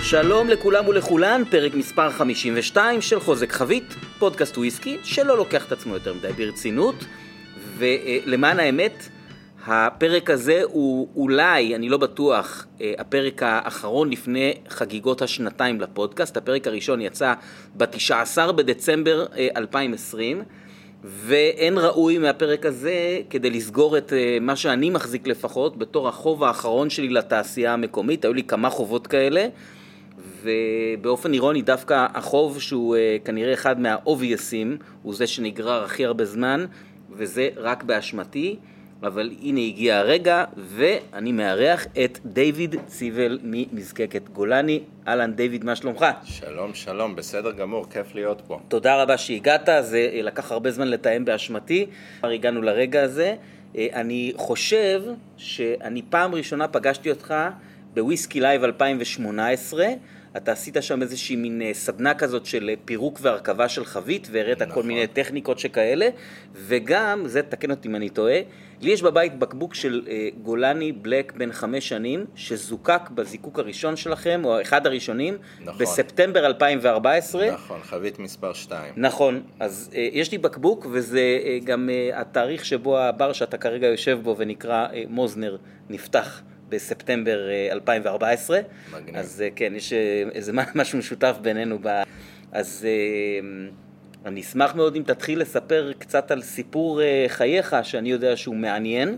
שלום לכולם ולכולן, פרק מספר 52 של חוזק חבית, פודקאסט וויסקי שלא לוקח את עצמו יותר מדי ברצינות, ולמען האמת, הפרק הזה הוא אולי, אני לא בטוח, הפרק האחרון לפני חגיגות השנתיים לפודקאסט. הפרק הראשון יצא ב-19 בדצמבר 2020, ואין ראוי מהפרק הזה כדי לסגור את מה שאני מחזיק לפחות בתור החוב האחרון שלי לתעשייה המקומית. היו לי כמה חובות כאלה, ובאופן אירוני דווקא החוב שהוא כנראה אחד מהאובייסים הוא זה שנגרר הכי הרבה זמן, וזה רק באשמתי. אבל הנה הגיע הרגע, ואני מארח את דיוויד ציבל ממזקקת גולני. אהלן דיוויד, מה שלומך? שלום, שלום, בסדר גמור, כיף להיות פה. תודה רבה שהגעת, זה לקח הרבה זמן לתאם באשמתי, כבר הגענו לרגע הזה. אני חושב שאני פעם ראשונה פגשתי אותך בוויסקי לייב 2018, אתה עשית שם איזושהי מין סדנה כזאת של פירוק והרכבה של חבית, והראית כל מיני טכניקות שכאלה, וגם, זה תקן אותי אם אני טועה, לי יש בבית בקבוק של גולני בלק בן 5 שנים, שזוקק בזיקוק הראשון שלכם, או אחד הראשונים, בספטמבר 2014. נכון, חבית מספר 2. נכון, אז יש לי בקבוק, וזה גם התאריך שבו הבר שאתה כרגע יושב בו ונקרא מוזנר נפתח. בספטמבר 2014. מגניב. אז כן, יש איזה משהו משותף בינינו. אז אני אשמח מאוד אם תתחיל לספר קצת על סיפור חייך, שאני יודע שהוא מעניין,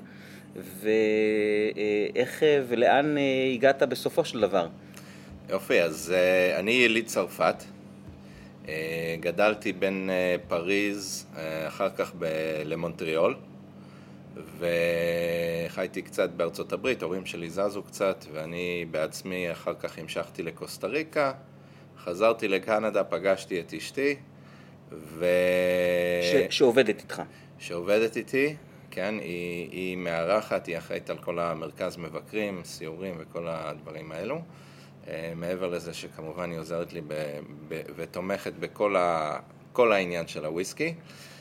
ואיך ולאן הגעת בסופו של דבר. יופי, אז אני יליד צרפת. גדלתי בין פריז, אחר כך למונטריאול. וחייתי קצת בארצות הברית, הורים שלי זזו קצת, ואני בעצמי אחר כך המשכתי לקוסטה ריקה, חזרתי לקנדה, פגשתי את אשתי, שעובדת איתך. שעובדת איתי, כן, היא מארחת, היא אחראית על כל המרכז מבקרים, סיורים וכל הדברים האלו, מעבר לזה שכמובן היא עוזרת לי ותומכת בכל העניין של הוויסקי.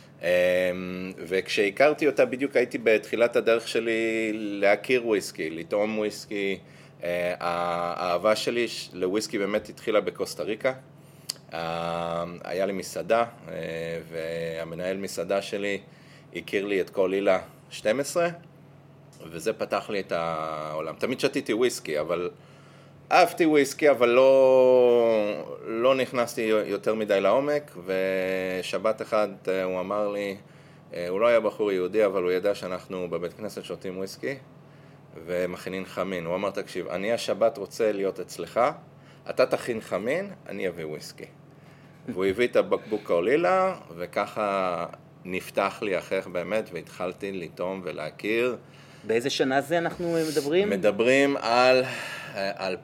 וכשהכרתי אותה בדיוק הייתי בתחילת הדרך שלי להכיר וויסקי, לטעום וויסקי. האהבה שלי לוויסקי באמת התחילה בקוסטה ריקה. היה לי מסעדה, והמנהל מסעדה שלי הכיר לי את קולילה 12, וזה פתח לי את העולם. תמיד שתיתי וויסקי, אבל אהבתי וויסקי, אבל לא נכנסתי יותר מדי לעומק, ושבת אחד הוא אמר לי, הוא לא היה בחור יהודי, אבל הוא ידע שאנחנו בבית כנסת שותים וויסקי, ומכינים חמין. הוא אמר, תקשיב, אני השבת רוצה להיות אצלך, אתה תכין חמין, אני אביא וויסקי. והוא הביא את הבקבוק קולילה, וככה נפתח לי אחר באמת, והתחלתי לטעום ולהכיר. באיזה שנה זה אנחנו מדברים? מדברים על 2007.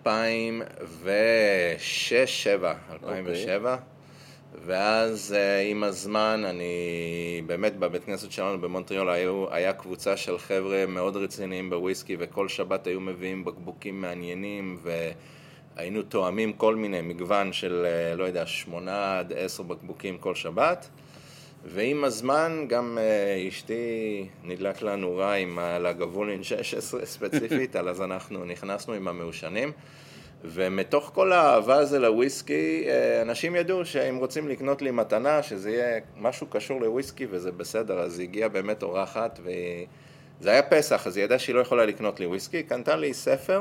ואז עם הזמן אני באמת בבית כנסת שלנו במונטריאול היה קבוצה של חבר'ה מאוד רציניים בוויסקי, וכל שבת היו מביאים בקבוקים מעניינים, והיינו תואמים כל מיני מגוון של לא יודע 8 עד 10 בקבוקים כל שבת. ועם הזמן גם אשתי נדלק לנו רע עם הלגבולין 16 ספציפית, אז אנחנו נכנסנו עם המאושנים, ומתוך כל האהבה הזה לוויסקי, אנשים ידעו שהם רוצים לקנות לי מתנה, שזה יהיה משהו קשור לוויסקי, וזה בסדר. אז הגיעה באמת אורחת, וזה היה פסח, אז היא ידעה שהיא לא יכולה לקנות לי וויסקי, קנתה לי ספר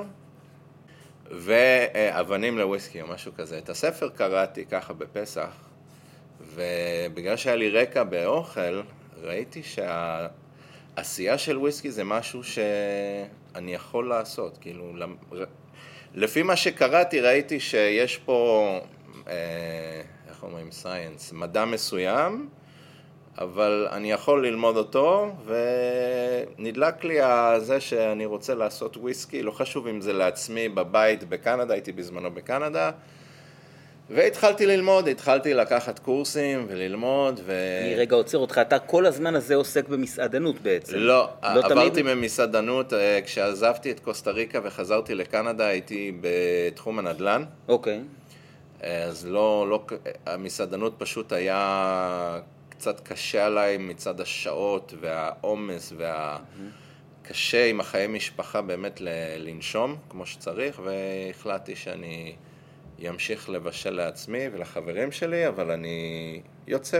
ואבנים לוויסקי או משהו כזה. את הספר קראתי ככה בפסח, ובגלל שהיה לי רקע באוכל, ראיתי שהעשייה של וויסקי זה משהו שאני יכול לעשות. כאילו, לפי מה שקראתי, ראיתי שיש פה, איך אומרים, סייאנס, מדע מסוים, אבל אני יכול ללמוד אותו, ונדלק לי זה שאני רוצה לעשות וויסקי, לא חשוב אם זה לעצמי בבית בקנדה, הייתי בזמנו בקנדה, והתחלתי ללמוד, התחלתי לקחת קורסים וללמוד. אני רגע עוצר אותך, אתה כל הזמן הזה עוסק במסעדנות בעצם. לא, עברתי ממסעדנות, כשעזבתי את קוסטה ריקה וחזרתי לקנדה, הייתי בתחום הנדל"ן. אוקיי. אז המסעדנות פשוט היה קצת קשה עליי מצד השעות והעומס והקשה עם החיי משפחה באמת לנשום כמו שצריך, והחלטתי שאני אמשיך לבשל לעצמי ולחברים שלי, אבל אני יוצא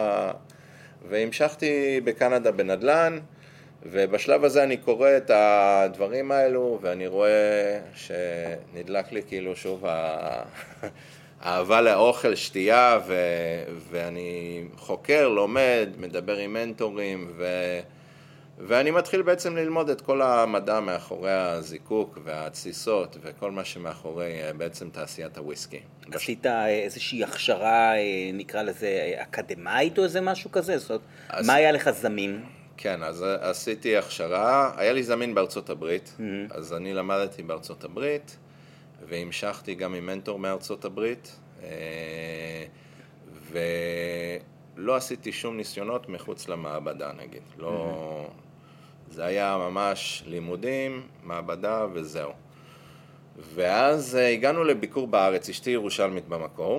והמשכתי בקנדה בנדל"ן, ובשלב הזה אני קורא את הדברים האלו, ואני רואה שנדלק לי כאילו שוב האהבה לאוכל, שתייה, ואני חוקר, לומד, מדבר עם מנטורים, ואני מתחיל בעצם ללמוד את כל המדע מאחורי הזיקוק והתסיסות וכל מה שמאחורי בעצם תעשיית הוויסקי. עשית איזושהי הכשרה, נקרא לזה אקדמאית או איזה משהו כזה? זאת אומרת, מה היה לך זמין? כן, אז עשיתי הכשרה, היה לי זמין בארצות הברית, אז אני למדתי בארצות הברית, והמשכתי גם עם מנטור מארצות הברית, ולא עשיתי שום ניסיונות מחוץ למעבדה נגיד, לא... זה היה ממש לימודים, מעבדה וזהו. ואז הגענו לביקור בארץ, אשתי ירושלמית במקור,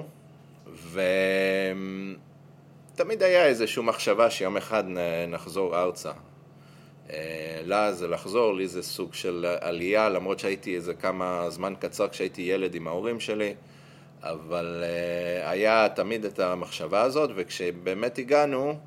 ותמיד היה איזושהי מחשבה שיום אחד נחזור ארצה. לה זה לחזור, לי זה סוג של עלייה, למרות שהייתי איזה כמה זמן קצר כשהייתי ילד עם ההורים שלי, אבל היה תמיד את המחשבה הזאת, וכשבאמת הגענו,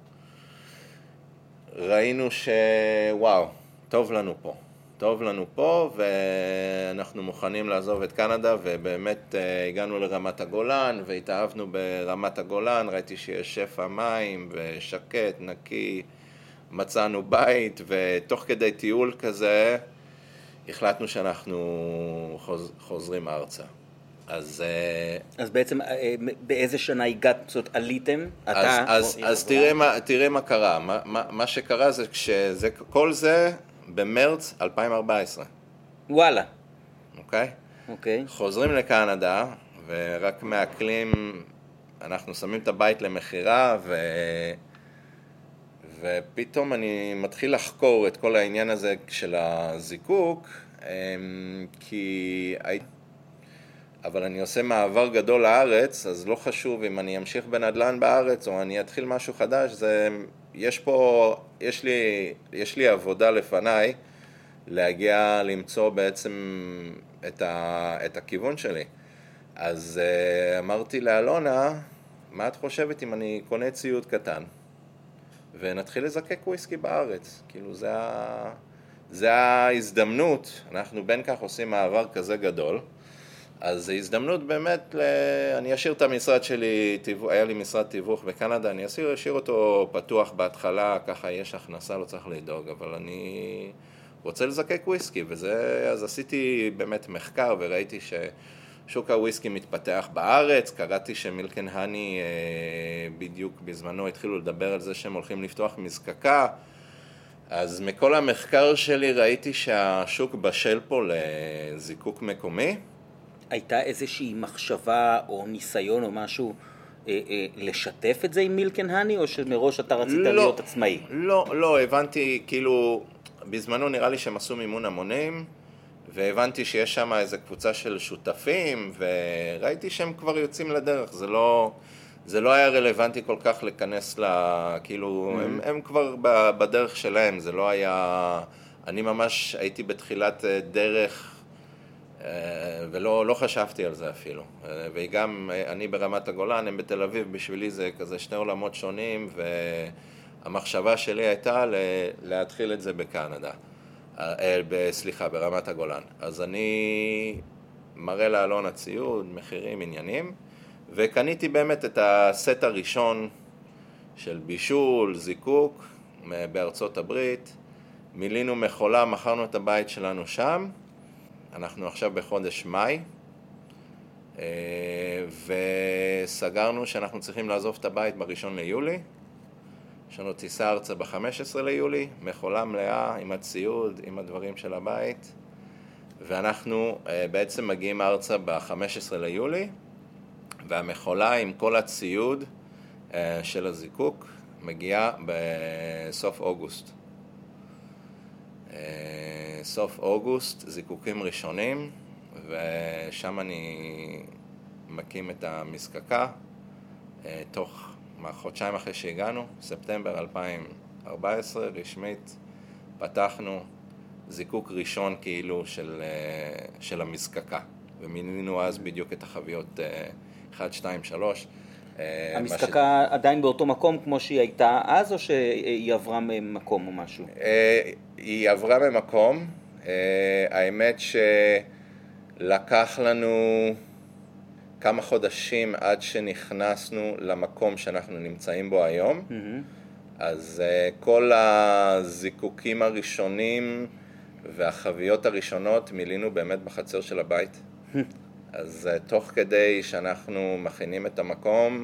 ראינו שוואו, טוב לנו פה, ואנחנו מוכנים לעזוב את קנדה, ובאמת הגענו לרמת הגולן, והתאהבנו ברמת הגולן, ראיתי שיש שפע מים, ושקט, נקי, מצאנו בית, ותוך כדי טיול כזה, החלטנו שאנחנו חוזרים ארצה. אז בעצם באיזה שנה הגעת, זאת אומרת, עליתם? אז תראה מה קרה. מה שקרה זה כל זה במרץ 2014. וואלה. אוקיי? חוזרים לקנדה, ורק מעכלים, אנחנו שמים את הבית למחירה, ופתאום אני מתחיל לחקור את כל העניין הזה של הזיקוק, אבל אני עושה מעבר גדול לארץ, אז לא חשוב אם אני אמשיך בנדל"ן בארץ או אני אתחיל משהו חדש, יש לי עבודה לפניי להגיע למצוא בעצם את הכיוון שלי. אז אמרתי לאלונה, מה את חושבת אם אני קונה ציוד קטן ונתחיל לזקק וויסקי בארץ? כאילו זה ההזדמנות, אנחנו בין כך עושים מעבר כזה גדול, אז זו הזדמנות באמת, אני אשאיר את המשרד שלי, היה לי משרד תיווך בקנדה, אני אשאיר אותו פתוח בהתחלה, ככה יש הכנסה, לא צריך לדאוג, אבל אני רוצה לזקק וויסקי, אז עשיתי באמת מחקר וראיתי ששוק הוויסקי מתפתח בארץ, קראתי שמילקן הני בדיוק בזמנו התחילו לדבר על זה שהם הולכים לפתוח מזקקה, אז מכל המחקר שלי ראיתי שהשוק בשל פה לזיקוק מקומי. הייתה איזושהי מחשבה או ניסיון או משהו לשתף את זה עם מילקן הני, או שמראש אתה רצית להיות עצמאי? לא, הבנתי, כאילו, בזמנו נראה לי שהם עשו מימון המונים, והבנתי שיש שם איזו קבוצה של שותפים, וראיתי שהם כבר יוצאים לדרך, זה לא היה רלוונטי כל כך להיכנס כאילו, הם כבר בדרך שלהם, זה לא היה, אני ממש הייתי בתחילת דרך, ולא חשבתי על זה אפילו. וגם אני ברמת הגולן, הם בתל אביב, בשבילי זה כזה שני עולמות שונים, והמחשבה שלי הייתה להתחיל את זה בקנדה. ברמת הגולן. אז אני מראה לאלון הציוד, מחירים, עניינים, וקניתי באמת את הסט הראשון של בישול, זיקוק, בארצות הברית. מילינו מחולה, מכרנו את הבית שלנו שם. אנחנו עכשיו בחודש מאי, וסגרנו שאנחנו צריכים לעזוב את הבית בראשון ליולי. יש לנו טיסה ארצה ב-15 ליולי, מחולה מלאה עם הציוד, עם הדברים של הבית, ואנחנו בעצם מגיעים ארצה ב-15 ליולי, והמחולה עם כל הציוד של הזיקוק מגיעה בסוף אוגוסט. סוף אוגוסט, זיקוקים ראשונים, ושם אני מקים את המזקקה, תוך חודשיים אחרי שהגענו, ספטמבר 2014, רשמית, פתחנו זיקוק ראשון כאילו של המזקקה. ומינינו אז בדיוק את החביות 1, 2, 3. המזקקה עדיין באותו מקום כמו שהיא הייתה אז, או שהיא עברה ממקום או משהו? היא עברה ממקום. האמת שלקח לנו כמה חודשים עד שנכנסנו למקום שאנחנו נמצאים בו היום. אז כל הזיקוקים הראשונים והחביות הראשונות מילינו באמת בחצר של הבית. אז תוך כדי שאנחנו מכינים את המקום,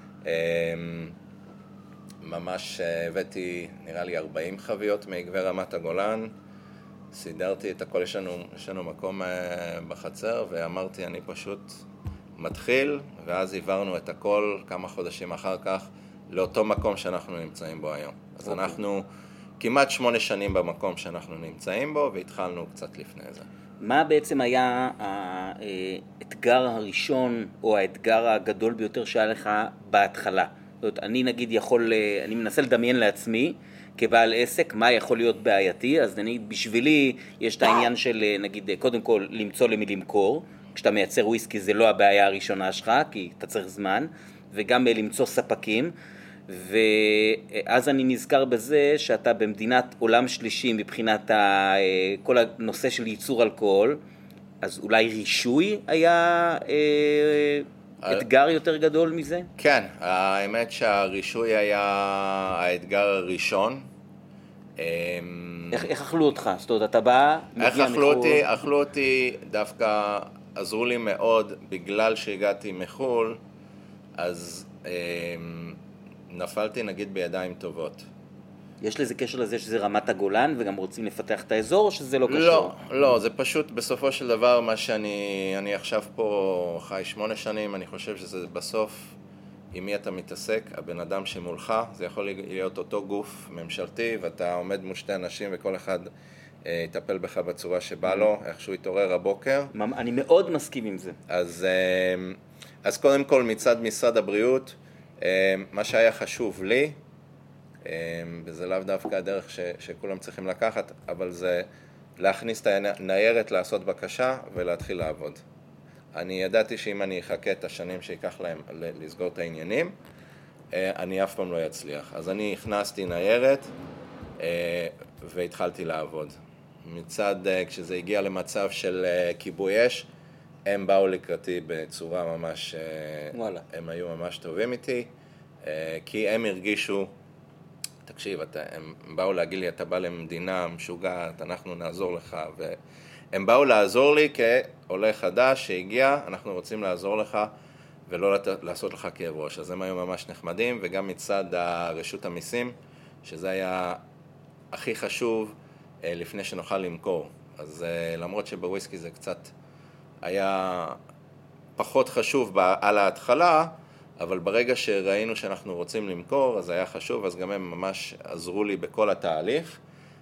ממש הבאתי נראה לי 40 חביות מעגבי רמת הגולן, סידרתי את הכל, יש לנו מקום בחצר, ואמרתי אני פשוט מתחיל, ואז עברנו את הכל כמה חודשים אחר כך לאותו מקום שאנחנו נמצאים בו היום. אז אנחנו כמעט 8 שנים במקום שאנחנו נמצאים בו, והתחלנו קצת לפני זה. מה בעצם היה האתגר הראשון, או האתגר הגדול ביותר שהיה לך בהתחלה? זאת אומרת, אני נגיד אני מנסה לדמיין לעצמי, כבעל עסק, מה יכול להיות בעייתי, אז בשבילי יש את העניין של, נגיד, קודם כל, למצוא למי למכור. כשאתה מייצר וויסקי זה לא הבעיה הראשונה שלך, כי אתה צריך זמן, וגם למצוא ספקים. ואז אני נזכר בזה שאתה במדינת עולם שלישי מבחינת כל הנושא של ייצור אלכוהול, אז אולי רישוי היה אתגר יותר גדול מזה? כן, האמת שהרישוי היה האתגר הראשון. איך אכלו אותך? זאת אומרת, אתה בא... איך אכלו אותי, דווקא עזרו לי מאוד, בגלל שהגעתי מחול, אז נפלתי נגיד בידיים טובות. יש לזה קשר לזה שזה רמת הגולן וגם רוצים לפתח את האזור, או שזה לא קשור? לא, זה פשוט בסופו של דבר מה אני עכשיו פה חי 8 שנים, אני חושב שזה בסוף עם מי אתה מתעסק, הבן אדם שמולך, זה יכול להיות אותו גוף ממשלתי, ואתה עומד מול 2 אנשים וכל אחד יטפל בך בצורה שבא לו, איך שהוא יתעורר הבוקר. אני מאוד מסכים עם זה. אז קודם כל מצד משרד הבריאות, מה שהיה חשוב לי, וזה לאו דווקא הדרך שכולם צריכים לקחת, אבל זה להכניס את הניירת, לעשות בקשה ולהתחיל לעבוד. אני ידעתי שאם אני אחכה את השנים שיקח להם לסגור את העניינים, אני אף פעם לא אצליח. אז אני הכנסתי ניירת והתחלתי לעבוד. מצד, כשזה הגיע למצב של כיבוי אש, הם באו לקראתי בצורה ממש, הם היו ממש טובים איתי, כי הם הרגישו, תקשיב, הם באו להגיד לי, אתה בא למדינה משוגעת, אנחנו נעזור לך, והם באו לעזור לי כעולה חדש שהגיע, אנחנו רוצים לעזור לך ולא לעשות לך כאב ראש. אז הם היו ממש נחמדים, וגם מצד רשות המיסים, שזה היה הכי חשוב לפני שנוכל למכור. אז למרות שבוויסקי זה קצת היה פחות חשוב על ההתחלה, אבל ברגע שראינו שאנחנו רוצים למכור, אז היה חשוב, אז גם הם ממש עזרו לי בכל התהליך,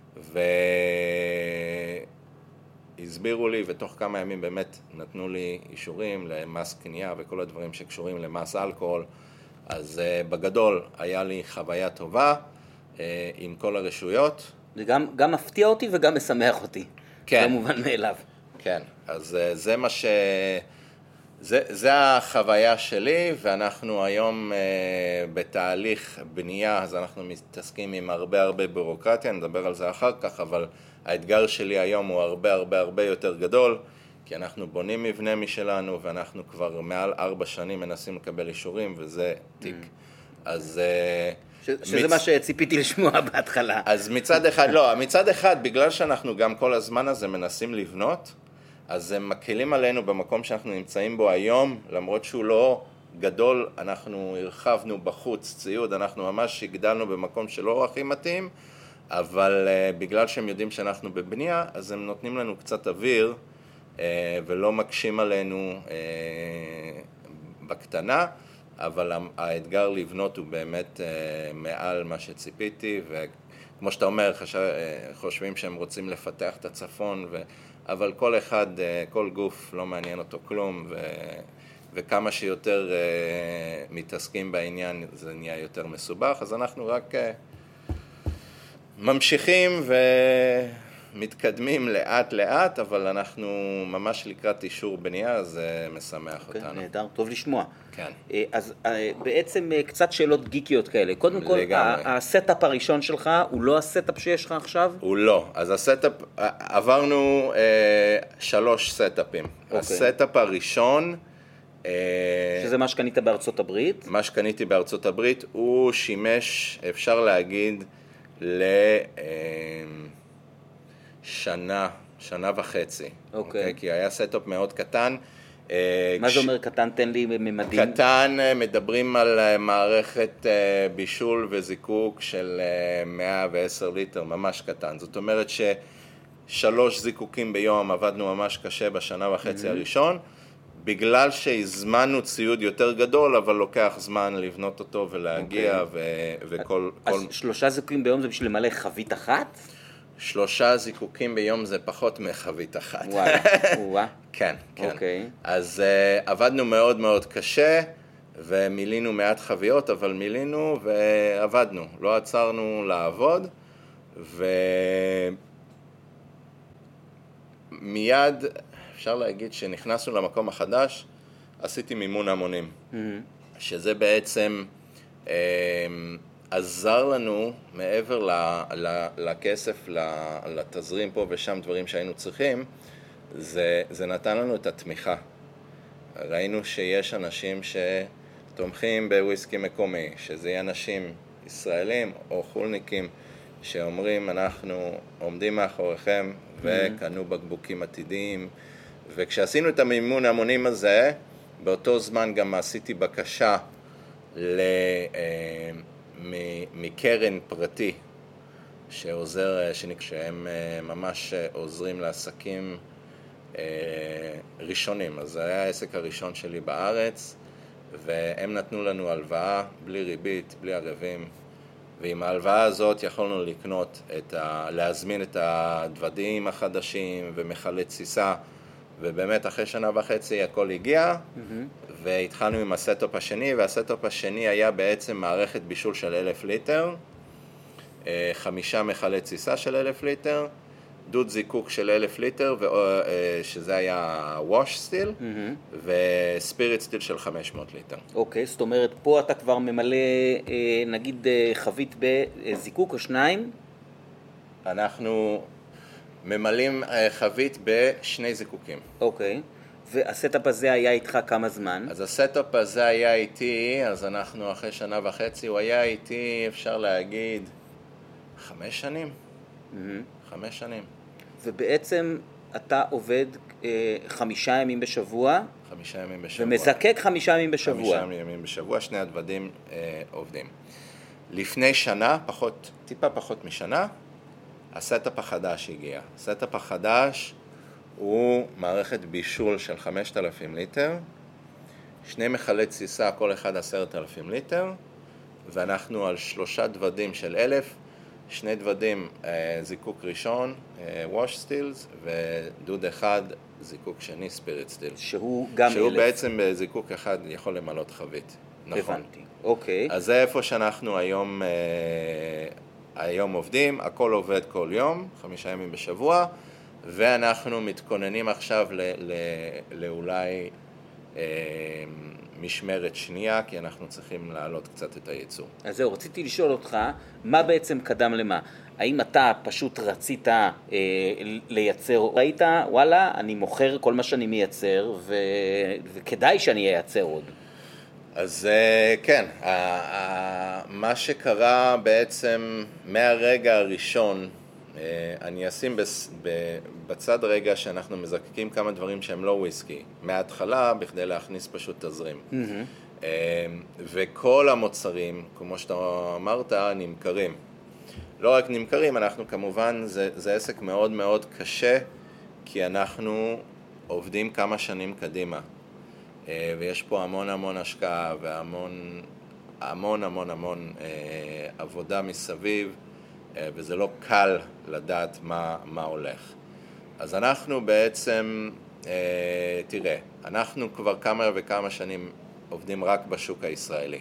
והסבירו לי, ותוך כמה ימים באמת נתנו לי אישורים למס קנייה וכל הדברים שקשורים למס אלכוהול, אז בגדול היה לי חוויה טובה עם כל הרשויות. זה גם מפתיע אותי וגם משמח אותי, כן. במובן מאליו. כן, אז זה מה זה החוויה שלי, ואנחנו היום בתהליך בנייה, אז אנחנו מתעסקים עם הרבה בירוקרטיה, נדבר על זה אחר כך, אבל האתגר שלי היום הוא הרבה יותר גדול, כי אנחנו בונים מבנה משלנו, ואנחנו כבר מעל 4 שנים מנסים לקבל אישורים, וזה תיק. אז שזה מה שציפיתי לשמוע בהתחלה. אז מצד אחד, בגלל שאנחנו גם כל הזמן הזה מנסים לבנות, אז הם מקלים עלינו במקום שאנחנו נמצאים בו היום, למרות שהוא לא גדול, אנחנו הרחבנו בחוץ ציוד, אנחנו ממש הגדלנו במקום שלא הכי מתאים, אבל בגלל שהם יודעים שאנחנו בבנייה, אז הם נותנים לנו קצת אוויר, ולא מקשים עלינו בקטנה, אבל האתגר לבנות הוא באמת מעל מה שציפיתי, וכמו שאתה אומר, חושבים שהם רוצים לפתח את הצפון, אבל כל אחד, כל גוף לא מעניין אותו כלום, וכמה שיותר מתעסקים בעניין זה נהיה יותר מסובך, אז אנחנו רק ממשיכים מתקדמים לאט לאט, אבל אנחנו ממש לקראת אישור בנייה, אז זה משמח אותנו. נהדר, טוב לשמוע. כן. אז בעצם קצת שאלות גיקיות כאלה. קודם כל, הסטאפ הראשון שלך הוא לא הסטאפ שיש לך עכשיו? הוא לא. אז הסטאפ, עברנו 3 סטאפים. הסטאפ הראשון, שזה מה שקנית בארצות הברית? מה שקניתי בארצות הברית, הוא שימש, אפשר להגיד, שנה וחצי. אוקיי. כי היה סטאפ מאוד קטן. מה זה אומר קטן? תן לי ממדים. קטן, מדברים על מערכת בישול וזיקוק של 110 ליטר, ממש קטן. זאת אומרת ש3 זיקוקים ביום עבדנו ממש קשה בשנה וחצי הראשון, בגלל שהזמנו ציוד יותר גדול, אבל לוקח זמן לבנות אותו ולהגיע וכל... אז 3 זיקוקים ביום זה בשביל למלא חבית אחת? 3 זיקוקים ביום זה פחות מחבית אחת. וואו. כן, כן. אוקיי. אז עבדנו מאוד מאוד קשה, ומילינו מעט חביות, אבל מילינו ועבדנו. לא עצרנו לעבוד, ומיד אפשר להגיד שנכנסנו למקום החדש, עשיתי מימון המונים. שזה בעצם עזר לנו מעבר לכסף, לתזרים פה ושם דברים שהיינו צריכים, זה נתן לנו את התמיכה. ראינו שיש אנשים שתומכים בוויסקי מקומי, שזה יהיה אנשים ישראלים או חולניקים שאומרים אנחנו עומדים מאחוריכם וקנו בקבוקים עתידיים. וכשעשינו את המימון המונים הזה, באותו זמן גם עשיתי בקשה מקרן פרטי שעוזר, שהם ממש עוזרים לעסקים ראשונים. אז זה היה העסק הראשון שלי בארץ, והם נתנו לנו הלוואה בלי ריבית, בלי ערבים, ועם ההלוואה הזאת יכולנו לקנות להזמין את הדוודים החדשים ומחלי תסיסה, ובאמת אחרי שנה וחצי הכל הגיע, והתחלנו עם הסטאפ השני, והסטאפ השני היה בעצם מערכת בישול של 1,000 ליטר, 5 מחלי תסיסה של 1,000 ליטר, דוד זיקוק של 1,000 ליטר, שזה היה ווש סטיל, וספיריט סטיל של 500 ליטר. אוקיי, זאת אומרת, פה אתה כבר ממלא, נגיד, חבית בזיקוק או 2? אנחנו ממלאים חבית ב2 זיקוקים. אוקיי, והסטאפ הזה היה איתך כמה זמן? אז הסטאפ הזה היה איתי, אז אנחנו אחרי שנה וחצי, הוא היה איתי, אפשר להגיד, 5 שנים. 5 שנים. ובעצם אתה עובד 5 ימים בשבוע? 5 ימים בשבוע. ומזקק 5 ימים בשבוע? 5 ימים בשבוע, 2 הדוודים עובדים. לפני שנה, טיפה פחות משנה, הסטאפ החדש הגיע. הסטאפ החדש הוא מערכת בישול של 5,000 ליטר, 2 מחלי תסיסה, כל אחד 10,000 ליטר, ואנחנו על 3 דוודים של 1,000, 2 דוודים זיקוק ראשון, ווש סטילס, ודוד אחד זיקוק שני, ספיריט סטילס. שהוא גם 1,000. שהוא בעצם בזיקוק אחד יכול למלות חבית. נכון. הבנתי, אוקיי. אז זה איפה שאנחנו היום עובדים, הכל עובד כל יום, 5 ימים בשבוע, ואנחנו מתכוננים עכשיו לאולי משמרת שנייה, כי אנחנו צריכים להעלות קצת את הייצור. אז זהו, רציתי לשאול אותך, מה בעצם קדם למה? האם אתה פשוט רצית לייצר, ראית, וואלה, אני מוכר כל מה שאני מייצר, וכדאי שאני אייצר עוד? אז כן, מה שקרה בעצם מהרגע הראשון, אני אשים בצד רגע שאנחנו מזקקים כמה דברים שהם לא וויסקי, מההתחלה בכדי להכניס פשוט תזרים. וכל המוצרים, כמו שאתה אמרת, נמכרים. לא רק נמכרים, אנחנו כמובן, זה עסק מאוד מאוד קשה, כי אנחנו עובדים כמה שנים קדימה. ויש פה המון המון השקעה והמון המון המון המון עבודה מסביב, וזה לא קל לדעת מה הולך. אז אנחנו בעצם, תראה, אנחנו כבר כמה וכמה שנים עובדים רק בשוק הישראלי.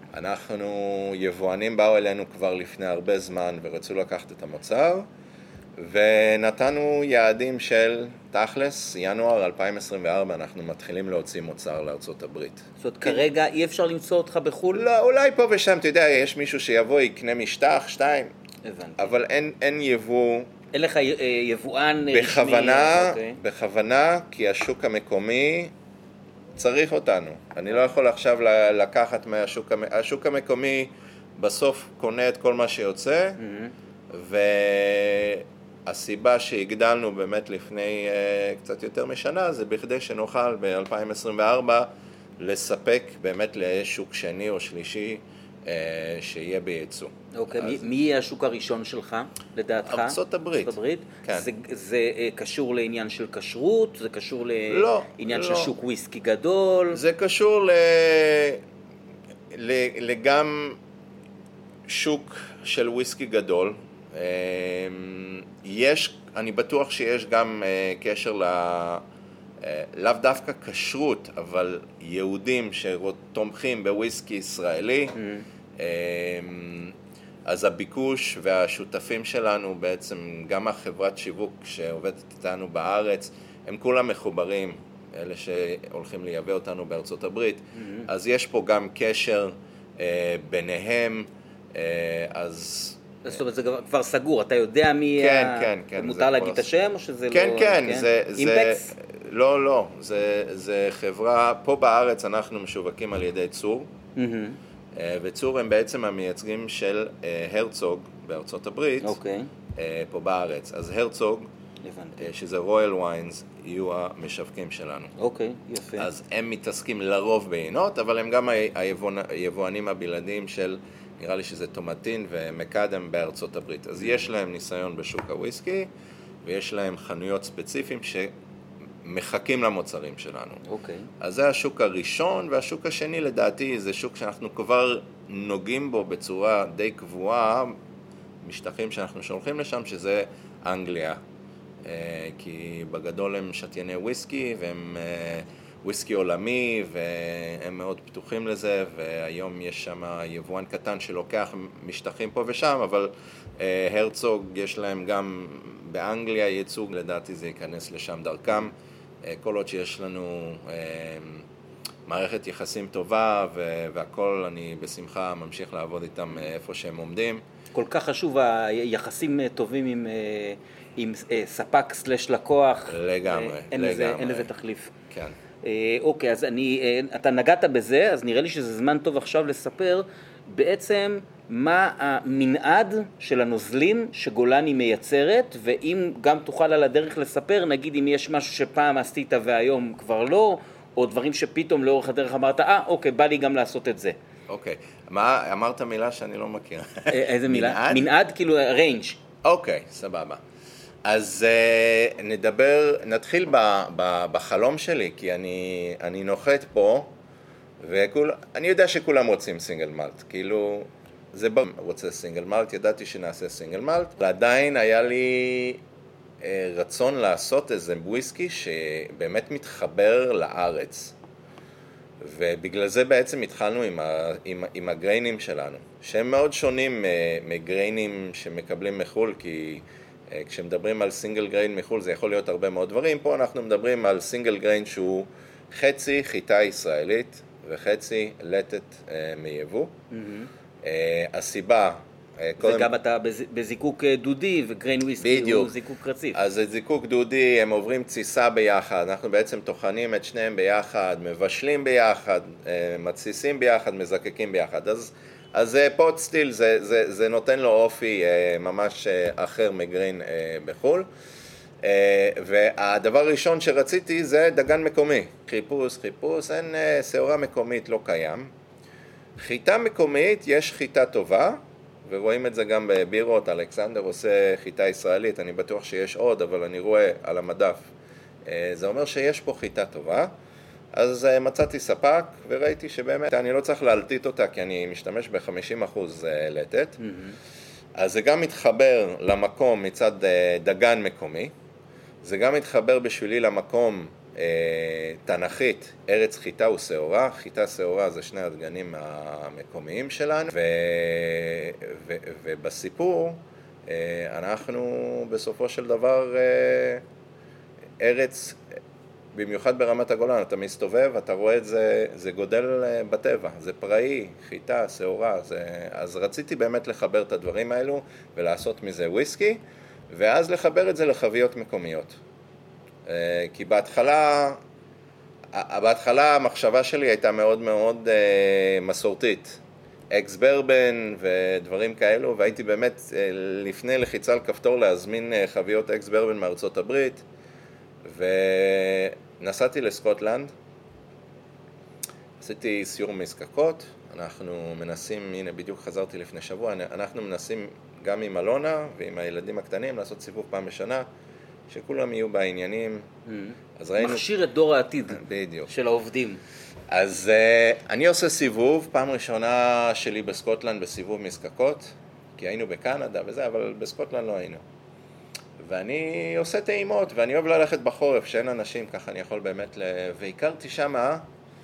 אנחנו יבואנים באו אלינו כבר לפני הרבה זמן ורצו לקחת את המוצר, ונתנו יעדים של תכלס, ינואר 2024 אנחנו מתחילים להוציא מוצר לארצות הברית. זאת אומרת, כרגע אי אפשר למצוא אותך בחו"ל? לא, אולי פה ושם, אתה יודע, יש מישהו שיבוא, יקנה משטח, 2, הבנתי. אבל אין יבוא. אין לך יבואן רשמי? בכוונה, כי השוק המקומי צריך אותנו. אני לא יכול עכשיו לקחת מהשוק השוק המקומי בסוף קונה את כל מה שיוצא, והסיבה שהגדלנו באמת לפני קצת יותר משנה, זה בכדי שנוכל ב-2024 לספק באמת לשוק שני או שלישי שיהיה בייצוא. אוקיי, מי יהיה השוק הראשון שלך, לדעתך? ארצות הברית. ארצות הברית? כן. זה קשור לעניין של כשרות? זה קשור לעניין של לא. שוק וויסקי גדול? זה קשור לגם שוק של וויסקי גדול. אני בטוח שיש גם קשר לאו דווקא כשרות, אבל יהודים שתומכים בוויסקי ישראלי. אז הביקוש והשותפים שלנו בעצם, גם החברת שיווק שעובדת איתנו בארץ, הם כולם מחוברים, אלה שהולכים לייבא אותנו בארצות הברית. אז יש פה גם קשר ביניהם, אז... זאת אומרת, זה כבר סגור, אתה יודע מי... כן. מותר להגיד את השם או שזה לא... כן, אימפקס? לא, זה חברה, פה בארץ אנחנו משווקים על ידי צור, וצור הם בעצם המייצגים של הרצוג בארצות הברית, פה בארץ. אז הרצוג, שזה רויאל ויינס, יהיו המשווקים שלנו. אוקיי, יפה. אז הם מתעסקים לרוב בעינות, אבל הם גם היבואנים הבלעדיים של, נראה לי שזה טומטין ומקדם בארצות הברית. אז יש להם ניסיון בשוק הוויסקי, ויש להם חנויות ספציפיים שמחכים למוצרים שלנו. אוקיי. אז זה השוק הראשון, והשוק השני לדעתי זה שוק שאנחנו כבר נוגעים בו בצורה די קבועה, משטחים שאנחנו שולחים לשם, שזה אנגליה. כי בגדול הם שתייני וויסקי, והם וויסקי עולמי, והם מאוד פתוחים לזה, והיום יש שם יבואן קטן שלוקח משטחים פה ושם, אבל הרצוג יש להם גם באנגליה ייצוג, לדעתי זה ייכנס לשם דרכם, כל עוד שיש לנו מערכת יחסים טובה והכל, אני בשמחה ממשיך לעבוד איתם איפה שהם עומדים. כל כך חשוב היחסים טובים עם ספק סלש לקוח. לגמרי. אין לזה תחליף. כן. אוקיי, אז אתה נגעת בזה, אז נראה לי שזה זמן טוב עכשיו לספר בעצם מה המנעד של הנוזלים שגולני מייצרת, ואם גם תוכל על הדרך לספר, נגיד אם יש משהו שפעם עשית והיום כבר לא, או דברים שפתאום לאורך הדרך אמרת, אוקיי, בא לי גם לעשות את זה. אוקיי, מה אמרת מילה שאני לא מכיר? איזה מילה? מנעד, כאילו ריינג'. אוקיי, סבבה. אז נתחיל בחלום שלי, כי אני נוחת פה, ואני יודע שכולם רוצים סינגל מלט, כאילו, זה רוצה סינגל מלט, ידעתי שנעשה סינגל מלט, ועדיין היה לי רצון לעשות איזה וויסקי שבאמת מתחבר לארץ. ובגלל זה בעצם התחלנו עם הגריינים שלנו, שהם מאוד שונים מגריינים שמקבלים מחול, כי כשמדברים על סינגל גריין מחול זה יכול להיות הרבה מאוד דברים. פה אנחנו מדברים על סינגל גריין שהוא חצי חיטה ישראלית וחצי לטת מיבוא. הסיבה... וגם אתה בזיקוק דודי, וגריין וויסקי הוא זיקוק רציף. אז את זיקוק דודי הם עוברים תסיסה ביחד, אנחנו בעצם טוחנים את שניהם ביחד, מבשלים ביחד, מתסיסים ביחד, מזקקים ביחד. אז פוט סטיל זה נותן לו אופי ממש אחר מגריין בחול. והדבר הראשון שרציתי זה דגן מקומי. חיפוש, אין שעורה מקומית, לא קיים. חיטה מקומית, יש חיטה טובה, ורואים את זה גם בבירות, אלכסנדר עושה חיטה ישראלית, אני בטוח שיש עוד, אבל אני רואה על המדף. זה אומר שיש פה חיטה טובה. אז מצאתי ספק וראיתי שבאמת אני לא צריך להלטית אותה, כי אני משתמש ב-50% לטת. אז זה גם מתחבר למקום מצד דגן מקומי, זה גם מתחבר בשבילי למקום תנכית, ארץ חיטה ושעורה. חיטה שעורה זה שני הדגנים המקומיים שלנו, ובסיפור אנחנו בסופו של דבר ארץ, במיוחד ברמת הגולן, אתה מסתובב, אתה רואה את זה, זה גודל בטבע, זה פראי, חיטה, שעורה, אז רציתי באמת לחבר את הדברים האלו ולעשות מזה וויסקי, ואז לחבר את זה לחביות מקומיות. כי בהתחלה המחשבה שלי הייתה מאוד מאוד מסורתית. אקס ברבן ודברים כאלו, והייתי באמת לפני לחיצה על כפתור להזמין חביות אקס ברבן מארצות הברית, ונסעתי לסקוטלנד, עשיתי סיור מזקקות, אנחנו מנסים, הנה בדיוק חזרתי לפני שבוע, אנחנו מנסים גם עם אלונה ועם הילדים הקטנים לעשות סיבוב פעם בשנה, שכולם יהיו בעניינים. אז ראינו... מכשיר את דור העתיד בדיוק. של העובדים. אז אני עושה סיבוב, פעם ראשונה שלי בסקוטלנד בסיבוב מזקקות, כי היינו בקנדה וזה, אבל בסקוטלנד לא היינו. ואני עושה טעימות, ואני אוהב ללכת בחורף, שאין אנשים, ככה אני יכול באמת והכרתי שמה,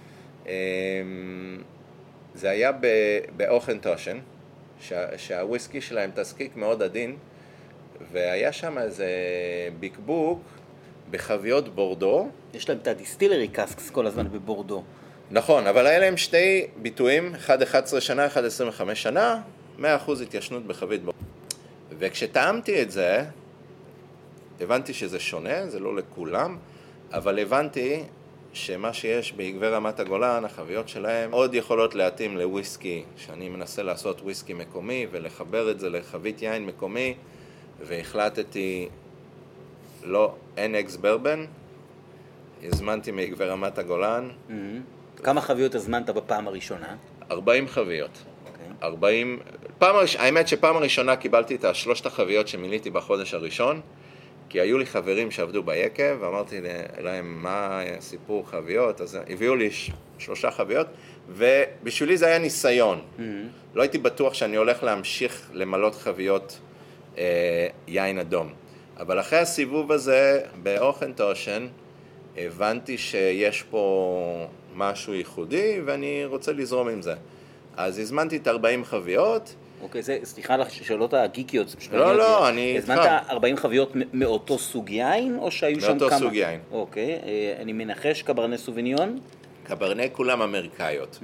זה היה באוכנטושן, שהוויסקי שלהם תזקיק מאוד עדין, והיה שם איזה בקבוק בחביות בורדו. יש להם את הדיסטילרי קאסקס כל הזמן בבורדו. נכון, אבל היה להם שתי ביטויים, אחד 11 שנה, אחד 25 שנה, 100% התיישנות בחבית בורדו. וכשטעמתי את זה, הבנתי שזה שונה, זה לא לכולם, אבל הבנתי שמה שיש בעקבי רמת הגולן, החביות שלהם, עוד יכולות להתאים לוויסקי, שאני מנסה לעשות וויסקי מקומי ולחבר את זה לחבית יין מקומי, והחלטתי, לא, אין אקס ברבן, הזמנתי מעקבי רמת הגולן. כמה חביות הזמנת בפעם הראשונה? 40 חביות. 40, האמת שפעם הראשונה קיבלתי את שלושת החביות שמיליתי בחודש הראשון, כי היו לי חברים שעבדו ביקב, ואמרתי להם מה סיפור חביות, אז הביאו לי 3 חביות, ובשבילי זה היה ניסיון. לא הייתי בטוח שאני הולך להמשיך למלות חביות יין אדום. אבל אחרי הסיבוב הזה באוכנטושן, הבנתי שיש פה משהו ייחודי, ואני רוצה לזרום עם זה. אז הזמנתי את 40 חביות. אוקיי, סליחה לך ששאלות הגיקיות. לא, אני... הזמנת 40 חביות מאותו סוג יין, או שהיו שם כמה? מאותו סוג יין. אוקיי, אני מנחש קברנה סוביניון? קברנה כולם אמריקאיות.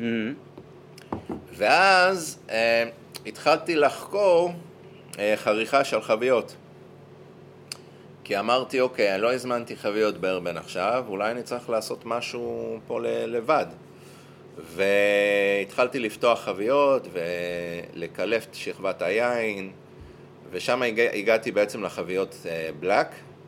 ואז התחלתי לחקור חריכה של חביות. כי אמרתי, אוקיי, אני לא הזמנתי חביות ברבן עכשיו, אולי אני צריך לעשות משהו פה לבד. והתחלתי לפתוח חביות ולקלף את שכבת היין, ושם הגעתי בעצם לחביות בלק,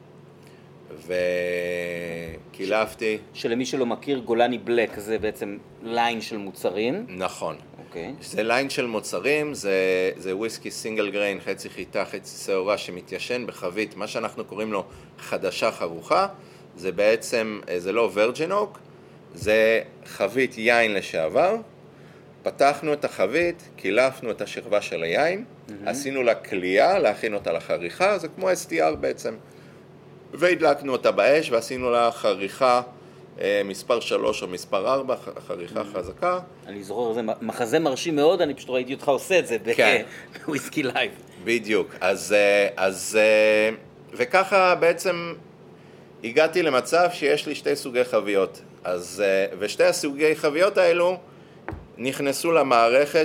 וקילפתי. שלמי שלא מכיר, גולני בלק זה בעצם ליין של מוצרים. נכון. אוקיי. זה ליין של מוצרים, זה וויסקי סינגל גריין, חצי חיטה, חצי שעורה שמתיישן בחבית, מה שאנחנו קוראים לו חדשה חרוכה, זה בעצם, זה לא וירג'ין אוק, זה חבית יין לשעבר, פתחנו את החבית, קילפנו את השכבה של היין, עשינו לה קלייה, להכין אותה לחריכה, זה כמו STR בעצם, והדלקנו אותה באש ועשינו לה חריכה מספר 3 או מספר 4, חריכה חזקה. אני זוכר, זה מחזה מרשים מאוד, אני פשוט ראיתי אותך עושה את זה בוויסקי לייב. בדיוק, אז וככה בעצם הגעתי למצב שיש לי 2 סוגי חביות, ושתי הסוגי חביות האלו נכנסו למערכת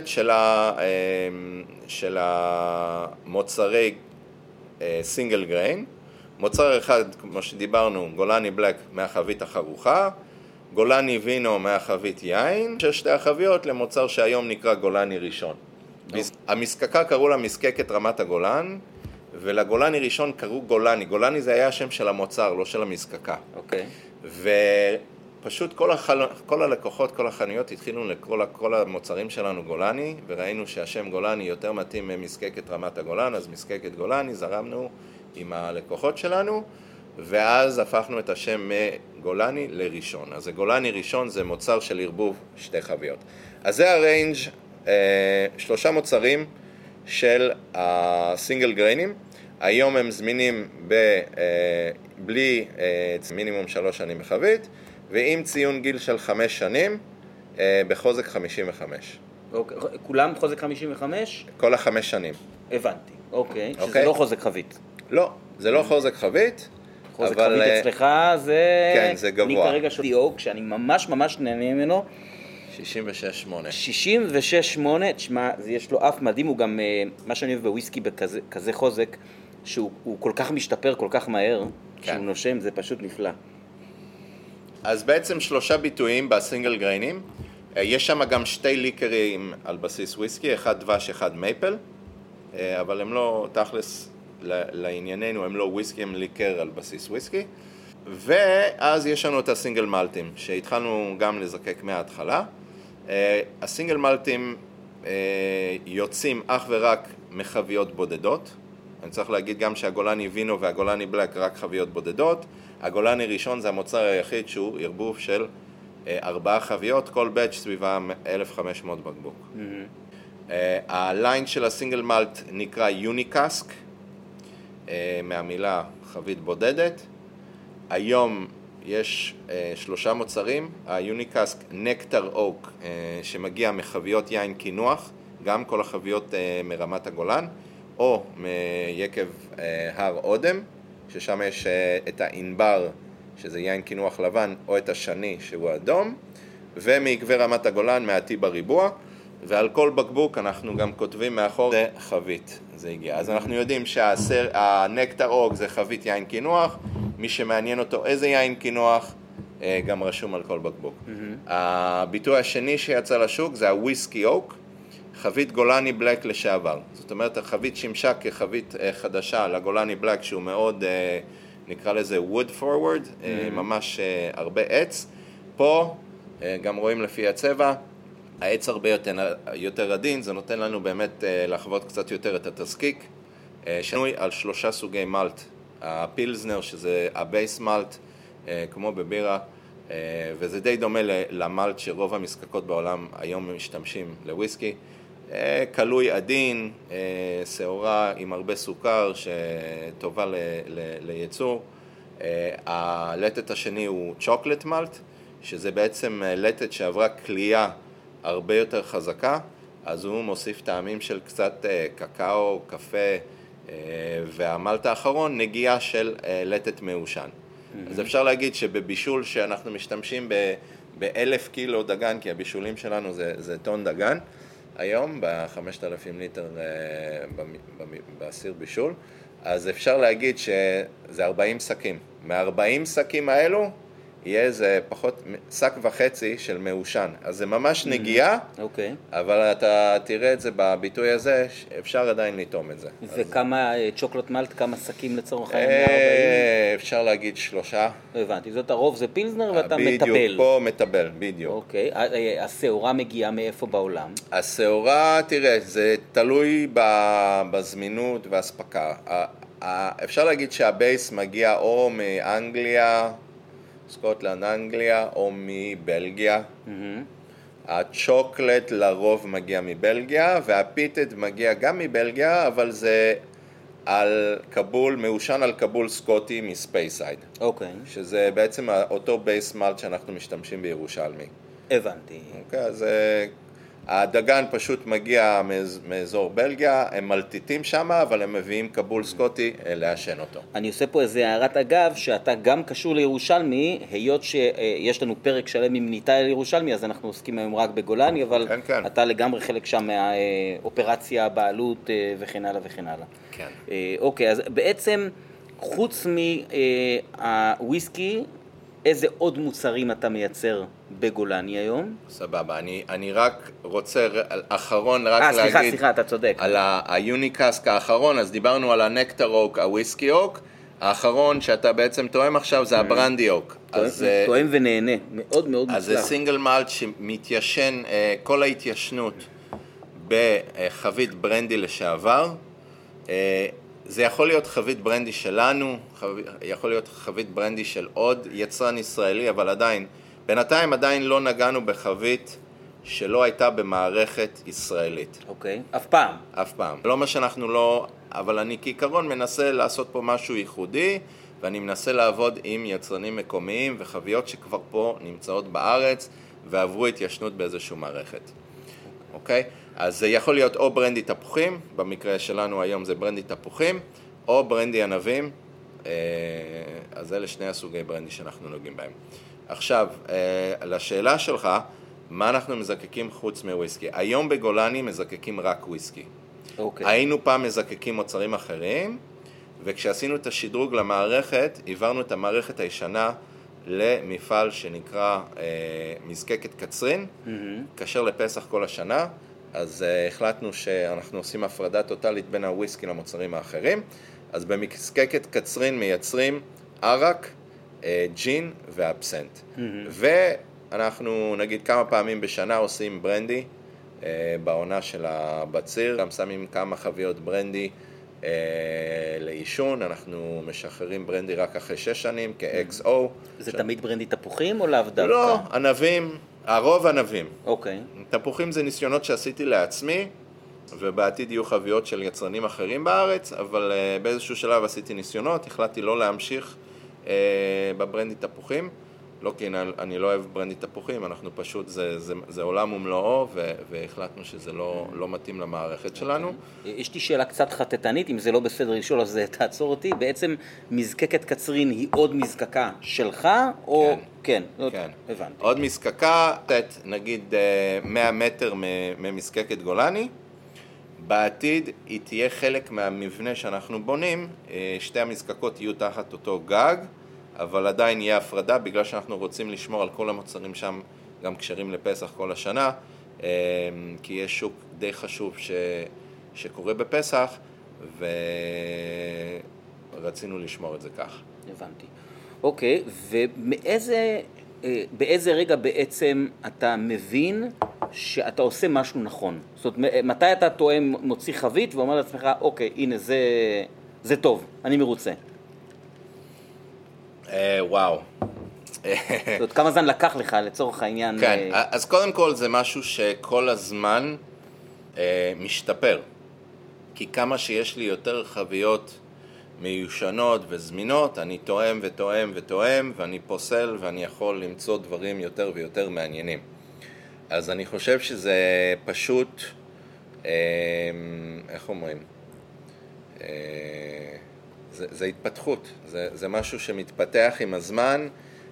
של המוצרי סינגל גריין. מוצר אחד, כמו שדיברנו, גולני בלק מהחבית החרוכה, גולני וינו מהחבית יין, שתי החביות למוצר שהיום נקרא גולני ראשון. המזקקה קראו לה מזקקת רמת הגולן, ולגולני ראשון קראו גולני. גולני זה היה השם של המוצר, לא של המזקקה. אוקיי. ופשוט כל הלקוחות, כל החנויות התחילו לקרוא לכל המוצרים שלנו גולני, וראינו שהשם גולני יותר מתאים ממזקקת רמת הגולן, אז מזקקת גולני, זרמנו עם הלקוחות שלנו, ואז הפכנו את השם מגולני לראשון. אז גולני ראשון זה מוצר של ערבוב 2 חביות. אז זה הריינג' 3 מוצרים של הסינגל גריינים. היום הם זמינים בלי מינימום 3 שנים בחבית, ועם ציון גיל של 5 שנים בחוזק 55. אוקיי. כולם חוזק 55? כל ה5 שנים. הבנתי, אוקיי. שזה לא חוזק חבית. לא, זה לא חוזק חבית. חוזק חבית אצלך זה... כן, זה גבוה. אני כרגע שואל אוק, שאני ממש נהנה ממנו. 66.8. 66.8, תשמע, יש לו אף מדהים, הוא גם, מה שאני אוהב בוויסקי בכזה חוזק, שהוא כל כך משתפר כל כך מהר, שהוא נושם, זה פשוט נפלא. אז בעצם 3 ביטויים בסינגל גריינים, יש שם גם 2 ליקרים על בסיס וויסקי, אחד דבש, אחד מייפל, אבל הם לא, תכלס לענייננו, הם לא וויסקי, הם ליקר על בסיס וויסקי, ואז יש לנו את הסינגל מלטים, שהתחלנו גם לזקק מההתחלה. הסינגל מלטים יוצאים אך ורק מחביות בודדות. אני צריך להגיד גם שהגולני וינו והגולני בלק רק חביות בודדות. הגולני ראשון זה המוצר היחיד שהוא ערבוב של 4 חביות, כל בטש סביבה 1,500 בקבוק. הליין של הסינגל מלט נקרא יוניקאסק, מהמילה חבית בודדת. היום יש 3 מוצרים, היוניקאסק נקטר אוק, שמגיע מחביות יין קינוח, גם כל החביות מרמת הגולן, או מיקב הר אודם, ששם יש את האינבר, שזה יין קינוח לבן, או את השני שהוא אדום, ומעקבי רמת הגולן, מעטי בריבוע, ועל כל בקבוק אנחנו גם כותבים מאחור, זה חבית, זה הגיע. אז אנחנו יודעים שהנקטר אוק זה חבית יין קינוח, מי שמעניין אותו איזה יין קינוח, גם רשום על כל בקבוק. הביטוי השני שיצא לשוק זה הוויסקי אוק, חבית גולני בלק לשעבר. זאת אומרת, החבית שימשה כחבית חדשה לגולני בלק, שהוא מאוד, נקרא לזה wood forward, ממש הרבה עץ. פה, גם רואים לפי הצבע, העץ הרבה יותר עדין, זה נותן לנו באמת לחוות קצת יותר את התזקיק. שנוי על 3 סוגי מלט, הפילזנר שזה הבייס מלט, כמו בבירה, וזה די דומה למלט שרוב המזקקות בעולם היום משתמשים לוויסקי. קלוי עדין, שעורה עם הרבה סוכר שטובה לייצור. הלטת השני הוא צ'וקלט מלט, שזה בעצם לטת שעברה קלייה הרבה יותר חזקה, אז הוא מוסיף טעמים של קצת קקאו, קפה, והמלט האחרון נגיעה של לטת מעושן. אז אפשר להגיד שבבישול שאנחנו משתמשים ב1,000 קילו דגן, כי הבישולים שלנו זה טון דגן, היום ב5,000 ליטר בסיר בישול, אז אפשר להגיד שזה 40 שקים. מ-40 שקים האלו יהיה איזה פחות, שק וחצי של מעושן. אז זה ממש נגיעה, אבל אתה תראה את זה בביטוי הזה, אפשר עדיין לטעום את זה. וכמה צ'וקולט מלט, כמה שקים לצורך העניין? אפשר להגיד 3. הבנתי, זאת הרוב זה פילזנר ואתה מטבל. בדיוק, פה מטבל, בדיוק. אוקיי, השעורה מגיעה מאיפה בעולם? השעורה, תראה, זה תלוי בזמינות והספקה. אפשר להגיד שהבייס מגיע או מאנגליה, סקוטלנד, אנגליה, או מבלגיה. הצ'וקלט לרוב מגיע מבלגיה, והפיטד מגיע גם מבלגיה, אבל זה על קבול, מעושן על קבול סקוטי מספייסייד. אוקיי. שזה בעצם אותו בייס מלט שאנחנו משתמשים בירושלמי. הבנתי. אוקיי, אז הדגן פשוט מגיע מאזור בלגיה, הם מלטיטים שם, אבל הם מביאים קבול סקוטי לעשן אותו. אני עושה פה איזה הערת אגב, שאתה גם קשור לירושלמי, היות שיש לנו פרק שלם עם ניטאי לירושלמי, אז אנחנו עוסקים היום רק בגולני, אבל כן. אתה לגמרי חלק שם מהאופרציה, הבעלות וכן הלאה וכן הלאה. כן. אוקיי, אז בעצם חוץ מהוויסקי, איזה עוד מוצרים אתה מייצר בגולני היום? סבבה, אני רק רוצה אחרון רק להגיד... סליחה, אתה צודק. על היוניקאסק האחרון, אז דיברנו על הנקטר אוק, הוויסקי אוק, האחרון שאתה בעצם טועם עכשיו זה הברנדי אוק. טועם ונהנה, מאוד מאוד מוצלח. אז זה סינגל מלט שמתיישן, כל ההתיישנות בחבית ברנדי לשעבר, זה יכול להיות חבית ברנדי שלנו, יכול להיות חבית ברנדי של עוד יצרן ישראלי, אבל בינתיים עדיין לא נגענו בחבית שלא הייתה במערכת ישראלית. אוקיי, אף פעם? אף פעם. לא מה שאנחנו לא, אבל אני כעיקרון מנסה לעשות פה משהו ייחודי, ואני מנסה לעבוד עם יצרנים מקומיים וחביות שכבר פה נמצאות בארץ, ועברו התיישנות באיזשהו מערכת. אוקיי? אז זה יכול להיות או ברנדי תפוחים, במקרה שלנו היום זה ברנדי תפוחים, או ברנדי ענבים, אז אלה שני הסוגי ברנדי שאנחנו נוגעים בהם. עכשיו, לשאלה שלך, מה אנחנו מזקקים חוץ מוויסקי? היום בגולני מזקקים רק וויסקי. אוקיי. היינו פעם מזקקים מוצרים אחרים, וכשעשינו את השדרוג למערכת, העברנו את המערכת הישנה למפעל שנקרא מזקקת קצרין, כאשר לפסח כל השנה, אז החלטנו שאנחנו עושים הפרדה טוטלית בין הוויסקי למוצרים האחרים, אז במזקקת קצרין מייצרים ערק, ג'ין ואבסנט. ואנחנו נגיד כמה פעמים בשנה עושים ברנדי בעונה של הבציר, גם שמים כמה חביות ברנדי לאישון, אנחנו משחררים ברנדי רק אחרי 6 שנים כ-XO. זה תמיד ברנדי תפוחים או לאו דווקא? לא, ענבים, הרוב ענבים. אוקיי. תפוחים זה ניסיונות שעשיתי לעצמי, ובעתיד יהיו חביות של יצרנים אחרים בארץ, אבל באיזשהו שלב עשיתי ניסיונות, החלטתי לא להמשיך בברנדי תפוחים, לא כי אני לא אוהב ברנדי תפוחים, אנחנו פשוט, זה עולם ומלואו, והחלטנו שזה לא מתאים למערכת שלנו. יש לי שאלה קצת חטטנית, אם זה לא בסדר לשאול, אז תעצור אותי. בעצם מזקקת קצרין היא עוד מזקקה שלך, או... כן. כן. הבנתי. עוד מזקקה, נגיד 100 מטר ממזקקת גולני, בעתיד היא תהיה חלק מהמבנה שאנחנו בונים, שתי המזקקות יהיו תחת אותו גג, אבל עדיין יהיה הפרדה, בגלל שאנחנו רוצים לשמור על כל המוצרים שם, גם קשרים לפסח כל השנה, כי יש שוק די חשוב שקורה בפסח, ורצינו לשמור את זה כך. הבנתי. אוקיי, באיזה רגע בעצם אתה מבין שאתה עושה משהו נכון? זאת אומרת, מתי אתה טועם, מוציא חבית ואומר לעצמך, אוקיי, הנה, זה טוב, אני מרוצה. וואו. זאת אומרת, כמה זמן לקח לך לצורך העניין? כן, אז קודם כל זה משהו שכל הזמן משתפר. כי כמה שיש לי יותר חביות מיושנות וזמינות, אני טועם וטועם וטועם, ואני פוסל ואני יכול למצוא דברים יותר ויותר מעניינים. אז אני חושב שזה פשוט, איך אומרים? זה התפתחות, זה משהו שמתפתח עם הזמן.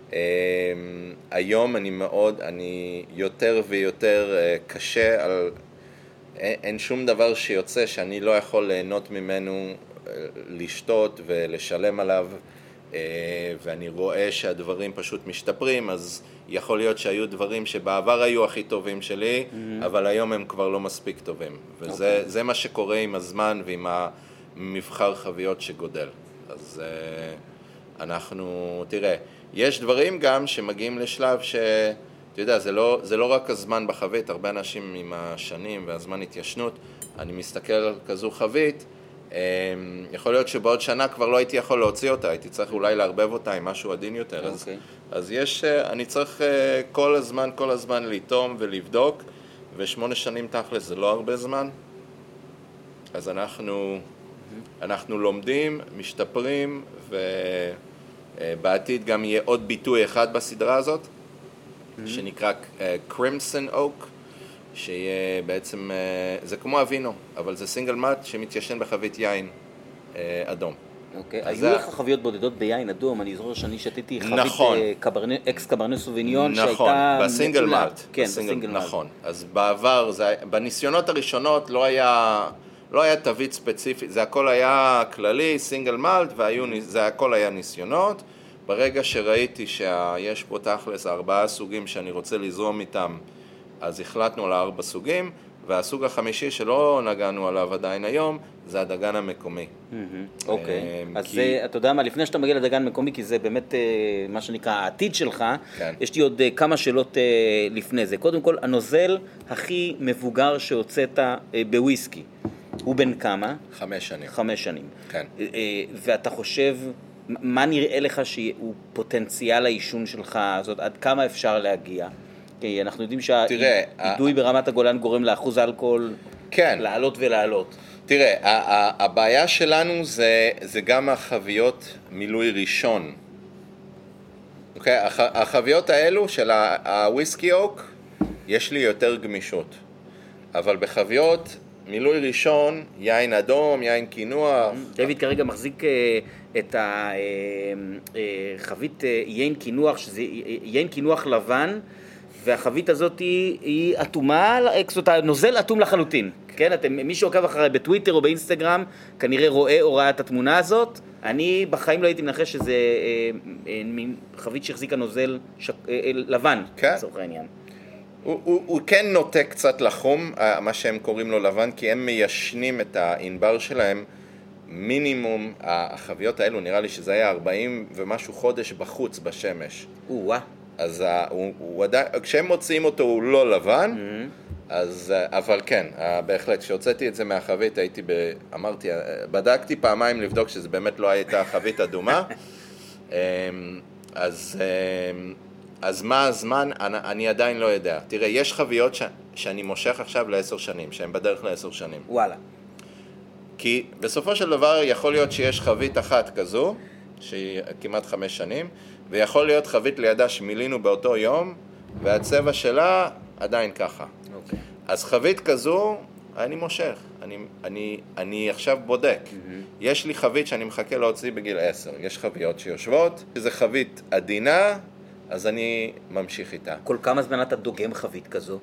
היום אני יותר ויותר קשה על, אין שום דבר שיוצא שאני לא יכול ליהנות ממנו, לשתות ולשלם עליו, ואני רואה שהדברים פשוט משתפרים, אז יכול להיות שהיו דברים שבעבר היו הכי טובים שלי, אבל היום הם כבר לא מספיק טובים. וזה מה שקורה עם הזמן ועם המבחר חביות שגודל. אז אנחנו, תראה, יש דברים גם שמגיעים לשלב אתה יודע, זה לא רק הזמן בחבית, הרבה אנשים עם השנים והזמן התיישנות, אני מסתכל על כזו חבית, יכול להיות שבעוד שנה כבר לא הייתי יכול להוציא אותה, הייתי צריך אולי להרבב אותה עם משהו עדין יותר. אז אני צריך כל הזמן לטעום ולבדוק, ו8 שנים תכלס זה לא הרבה זמן, אז אנחנו לומדים, משתפרים, ובעתיד גם יהיה עוד ביטוי אחד בסדרה הזאת, שנקרא Crimson Oak, שיהיה בעצם, זה כמו אבינו, אבל זה סינגל מאט שמתיישן בחבית יין אדום. אוקיי, היו לך חביות בודדות ביין אדום, אני זוכר שאני שתיתי חבית אקס קברנה סוביניון שהייתה... נכון, בסינגל מאט. כן, בסינגל מאט. נכון, אז בעבר, בניסיונות הראשונות לא היה תווית ספציפית, זה הכל היה כללי, סינגל מאט, זה הכל היה ניסיונות. ברגע שראיתי שיש פה תכלס 4 סוגים שאני רוצה לזרום איתם, אז החלטנו על 4 סוגים, והסוג החמישי שלא נגענו עליו עדיין היום, זה הדגן המקומי. אוקיי, אז אתה יודע מה, לפני שאתה מגיע לדגן מקומי, כי זה באמת מה שנקרא העתיד שלך, יש לי עוד כמה שאלות לפני זה. קודם כל, הנוזל הכי מבוגר שהוצאת בוויסקי, הוא בן כמה? 5 שנים. 5 שנים. כן. ואתה חושב, מה נראה לך שהוא פוטנציאל העישון שלך, זאת עד כמה אפשר להגיע? כי אנחנו יודעים שהעידוי ברמת הגולן גורם לאחוז האלכוהול לעלות ולעלות. תראה, הבעיה שלנו זה גם החביות מילוי ראשון. אוקיי? החביות האלו של הוויסקי אוק, יש לי יותר גמישות. אבל בחביות, מילוי ראשון, יין אדום, יין קינוח. דויד כרגע מחזיק את החבית יין קינוח, שזה יין קינוח לבן, והחבית הזאת היא אטומה, זאת אומרת, הנוזל אטום לחלוטין. כן, מי שעוקב אחרי בטוויטר או באינסטגרם, כנראה רואה או ראה את התמונה הזאת. אני בחיים לא הייתי מנחש שזה חבית שהחזיקה נוזל לבן, לצורך העניין. הוא כן נוטה קצת לחום, מה שהם קוראים לו לבן, כי הם מיישנים את הענבר שלהם, מינימום, החביות האלו, נראה לי שזה היה 40 ומשהו חודש בחוץ בשמש. אז כשהם מוציאים אותו הוא לא לבן, אבל כן, בהחלט, כשהוצאתי את זה מהחבית, בדקתי פעמיים לבדוק שזה באמת לא הייתה חבית אדומה, אז מה הזמן? אני עדיין לא יודע. תראה, יש חביות שאני מושך עכשיו ל10 שנים, שהן בדרך ל10 שנים. וואלה. כי בסופו של דבר יכול להיות שיש חבית אחת כזו, שהיא כמעט 5 שנים, ויכול להיות חבית לידה שמילינו באותו יום, והצבע שלה עדיין ככה. אוקיי. אז חבית כזו, אני מושך. אני עכשיו בודק. יש לי חבית שאני מחכה להוציא בגיל 10. יש חביות שיושבות, שזה חבית עדינה, אז אני ממשיך איתה. כל כמה זמן אתה דוגם חבית כזו?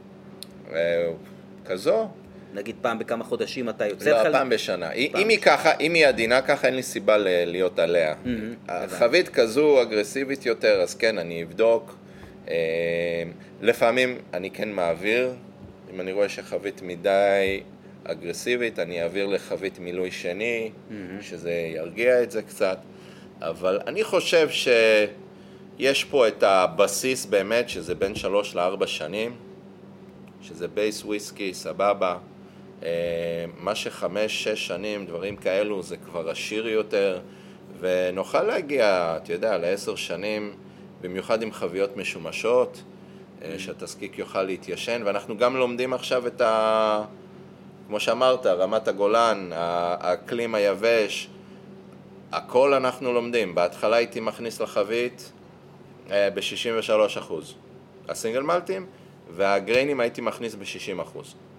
כזו? נגיד פעם בכמה חודשים אתה יוצא? לא, פעם בשנה. אם היא ככה, אם היא עדינה ככה, אין לי סיבה להיות עליה. חבית כזו אגרסיבית יותר, אז כן, אני אבדוק. לפעמים אני כן מעביר. אם אני רואה שחבית מדי אגרסיבית, אני אעביר לחבית מילוי שני, שזה ירגיע את זה קצת. אבל אני חושב יש פה את הבסיס באמת, שזה בין 3 ל-4 שנים, שזה בייס וויסקי, סבבה. מה ש5-6 שנים, דברים כאלו, זה כבר עשיר יותר, ונוכל להגיע, אתה יודע, ל10 שנים, במיוחד עם חביות משומשות, שהתזקיק יוכל להתיישן, ואנחנו גם לומדים עכשיו את כמו שאמרת, רמת הגולן, האקלים היבש, הכל אנחנו לומדים. בהתחלה הייתי מכניס לחבית ב-63%. הסינגל מלטים, והגריינים הייתי מכניס ב-60%.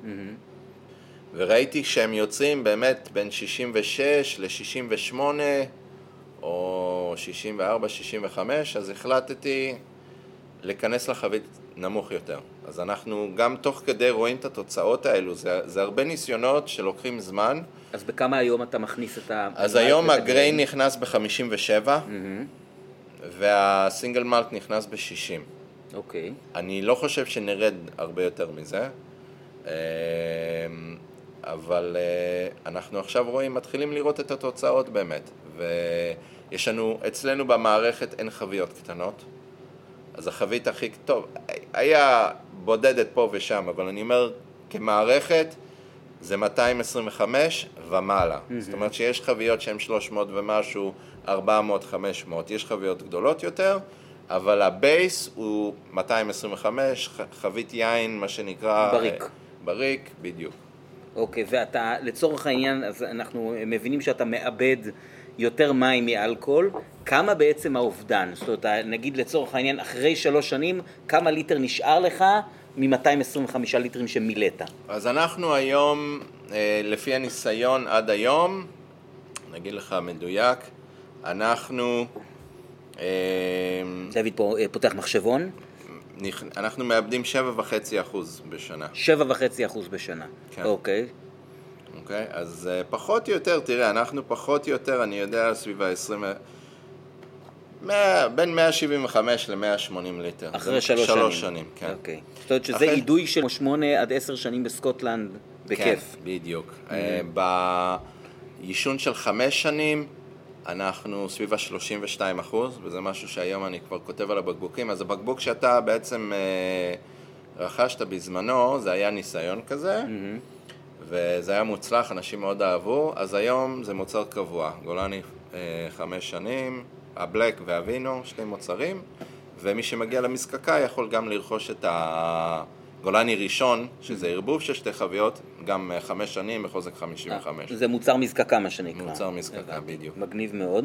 וראיתי שהם יוצאים באמת בין 66 ל-68 או 64, 65, אז החלטתי להיכנס לחבית נמוך יותר. אז אנחנו גם תוך כדי רואים את התוצאות האלו, זה הרבה ניסיונות שלוקחים זמן. אז בכמה היום אתה מכניס את אז היום הגריין נכנס ב-57, והסינגל מלט נכנס ב-60. אוקיי. אני לא חושב שנרד הרבה יותר מזה, אבל אנחנו עכשיו מתחילים לראות את התוצאות באמת, ויש לנו, אצלנו במערכת אין חביות קטנות, אז החבית הכי טוב, היה בודדת פה ושם, אבל אני אומר, כמערכת, זה 225 ומעלה. זאת אומרת שיש חביות שהן 300 ומשהו, 400, 500, יש חביות גדולות יותר, אבל הבייס הוא 225, חבית יין, מה שנקרא... בריק. בריק, בדיוק. אוקיי, ואתה, לצורך העניין, אז אנחנו מבינים שאתה מאבד יותר מים מאלכוהול, כמה בעצם האובדן? זאת אומרת, נגיד לצורך העניין, אחרי 3 שנים, כמה ליטר נשאר לך מ-225 ליטרים שמילאת? אז אנחנו היום, לפי הניסיון עד היום, נגיד לך מדויק, אנחנו... דוד פה פותח מחשבון. אנחנו מאבדים 7.5% בשנה. 7.5% בשנה. כן. אוקיי. אוקיי, אז פחות או יותר, תראה, אנחנו פחות או יותר, אני יודע, סביב ה-20... בין 175 ל-180 ליטר. אחרי 3 שנים, כן. אוקיי. זאת אומרת שזה אידוי של 8 עד 10 שנים בסקוטלנד, בכיף. כן, בדיוק. ביישון של 5 שנים, אנחנו סביב ה-32%, וזה משהו שהיום אני כבר כותב על הבקבוקים. אז הבקבוק שאתה בעצם רכשת בזמנו, זה היה ניסיון כזה, וזה היה מוצלח, אנשים מאוד אהבו, אז היום זה מוצר קבוע. גולני 5 שנים, הבלק והווינו, 2 מוצרים, ומי שמגיע למזקקה יכול גם לרכוש את הגולני ראשון, שזה ערבוב של 2 חביות, גם 5 שנים בחוזק 55. זה מוצר מזקקה מה שנקרא. מוצר מזקקה, בדיוק. מגניב מאוד.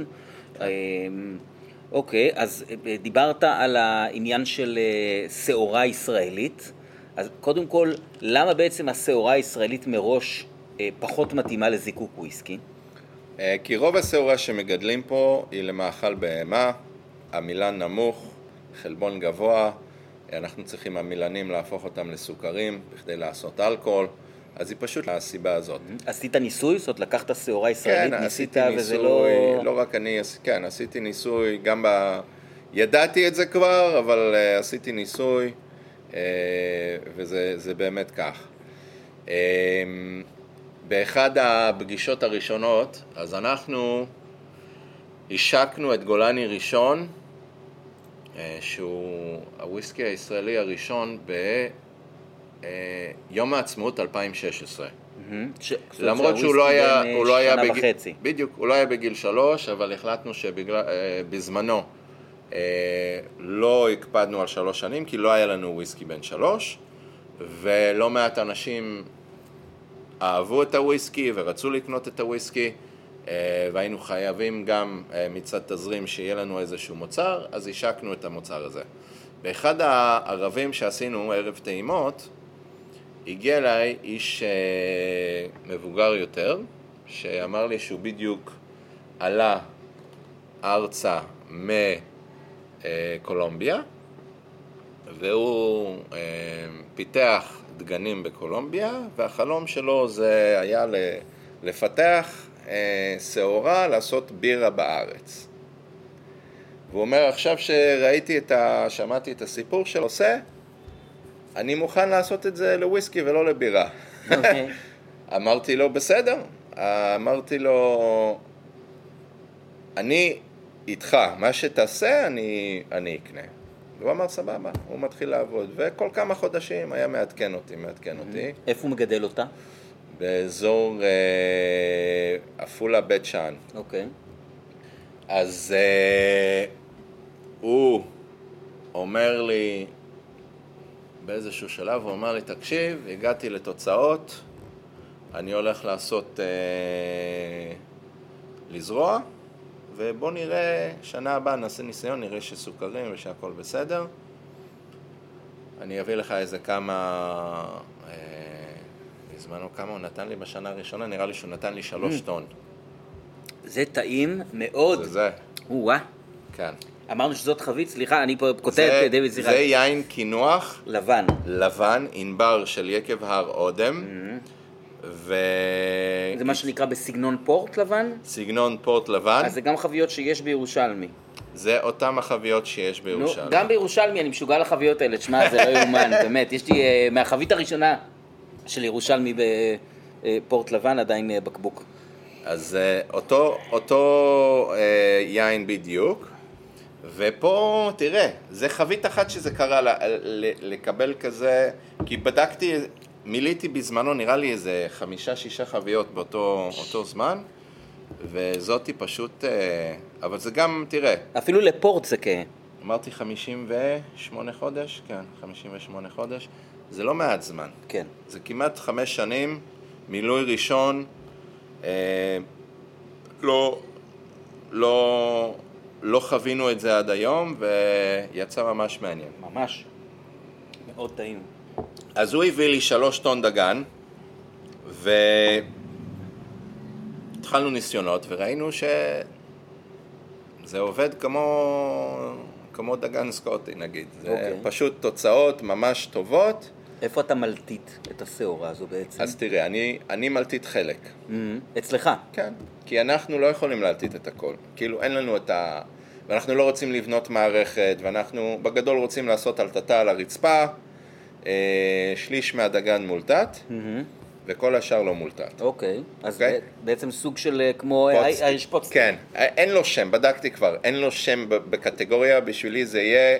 אוקיי, אז דיברת על העניין של שעורה ישראלית, אז קודם כל, למה בעצם השעורה הישראלית מראש פחות מתאימה לזיקוק וויסקי? כי רוב השעורה שמגדלים פה היא למאכל בהמה, המילן נמוך, חלבון גבוה, אנחנו צריכים המילנים להפוך אותם לסוכרים בכדי לעשות אלכוהול, אז היא פשוט מהסיבה הזאת. עשית ניסוי? זאת אומרת, לקחת שעורה ישראלית, כן, ניסית עשיתי וזה ניסוי, לא רק אני, כן, עשיתי ניסוי, גם ידעתי את זה כבר, אבל עשיתי ניסוי, וזה באמת כך. באחד הפגישות הראשונות, אז אנחנו השקנו את גולני ראשון, שהוא הוויסקי הישראלי הראשון ביום העצמאות 2016. למרות שהוא לא היה בדיוק, הוא לא היה בגיל 3, אבל החלטנו שבזמנו לא הקפדנו על 3 שנים, כי לא היה לנו וויסקי בן 3, ולא מעט אנשים אהבו את הוויסקי ורצו לקנות את הוויסקי, והיינו חייבים גם מצד תזרים שיהיה לנו איזשהו מוצר, אז השקנו את המוצר הזה. באחד הערבים שעשינו ערב טעימות, הגיע אליי איש מבוגר יותר, שאמר לי שהוא בדיוק עלה ארצה מקולומביה, והוא פיתח דגנים בקולומביה, והחלום שלו זה היה לפתח שעורה, לעשות בירה בארץ. והוא אומר, עכשיו שמעתי את הסיפור שלו עושה, אני מוכן לעשות את זה לוויסקי ולא לבירה. אוקיי. אמרתי לו, בסדר. אמרתי לו, אני איתך, מה שתעשה אני אקנה. והוא אמר, סבבה, הוא מתחיל לעבוד. וכל כמה חודשים היה מעדכן אותי. איפה הוא מגדל אותה? באזור אפולה בית שאן. אוקיי. אז הוא אומר לי, באיזשהו שלב הוא אמר לי, תקשיב, הגעתי לתוצאות, אני הולך לעשות, לזרוע, ובוא נראה, שנה הבאה נעשה ניסיון, נראה שסוכרים ושהכל בסדר. אני אביא לך איזה כמה, בזמנו כמה הוא נתן לי בשנה הראשונה, נראה לי שהוא נתן לי 3 טון. זה טעים מאוד. זה. וואה. כן. אמרנו שזאת חבית, סליחה, אני פה כותב דויד, סליחה. זה יין קינוח. לבן, ענבר של יקב הר אודם. זה מה שנקרא בסגנון פורט לבן? סגנון פורט לבן. אז זה גם חביות שיש בירושלמי. זה אותם החביות שיש בירושלמי. גם בירושלמי, אני משוגע לחביות האלה, תשמע, זה לא יאומן, באמת. יש לי מהחבית הראשונה של ירושלמי בפורט לבן עדיין בקבוק. אז אותו יין בדיוק. ופה, תראה, זה חבית אחת שזה קרה לקבל כזה, כי בדקתי, מיליתי בזמנו, נראה לי איזה 5-6 חביות באותו זמן, וזאתי פשוט, אבל זה גם, תראה. אפילו לפורט זה אמרתי 58 חודש, כן, 58 חודש, זה לא מעט זמן. כן. זה כמעט 5 שנים, מילוי ראשון, לא חווינו את זה עד היום, ויצא ממש מעניין. ממש. מאוד טעים. אז הוא הביא לי 3 טון דגן, והתחלנו ניסיונות, וראינו שזה עובד כמו דגן סקוטי, נגיד. זה פשוט תוצאות ממש טובות. איפה אתה מלטית את השעורה הזו בעצם? אז תראה, אני מלטית חלק. אצלך? כן, כי אנחנו לא יכולים להלטית את הכל. כאילו אין לנו ואנחנו לא רוצים לבנות מערכת, ואנחנו בגדול רוצים לעשות הלטתה על הרצפה, שליש מהדגן מולטת, וכל השאר לא מולטת. אוקיי, אז בעצם סוג של כמו האיש פוצטר. כן, אין לו שם, בדקתי כבר, אין לו שם בקטגוריה, בשבילי זה יהיה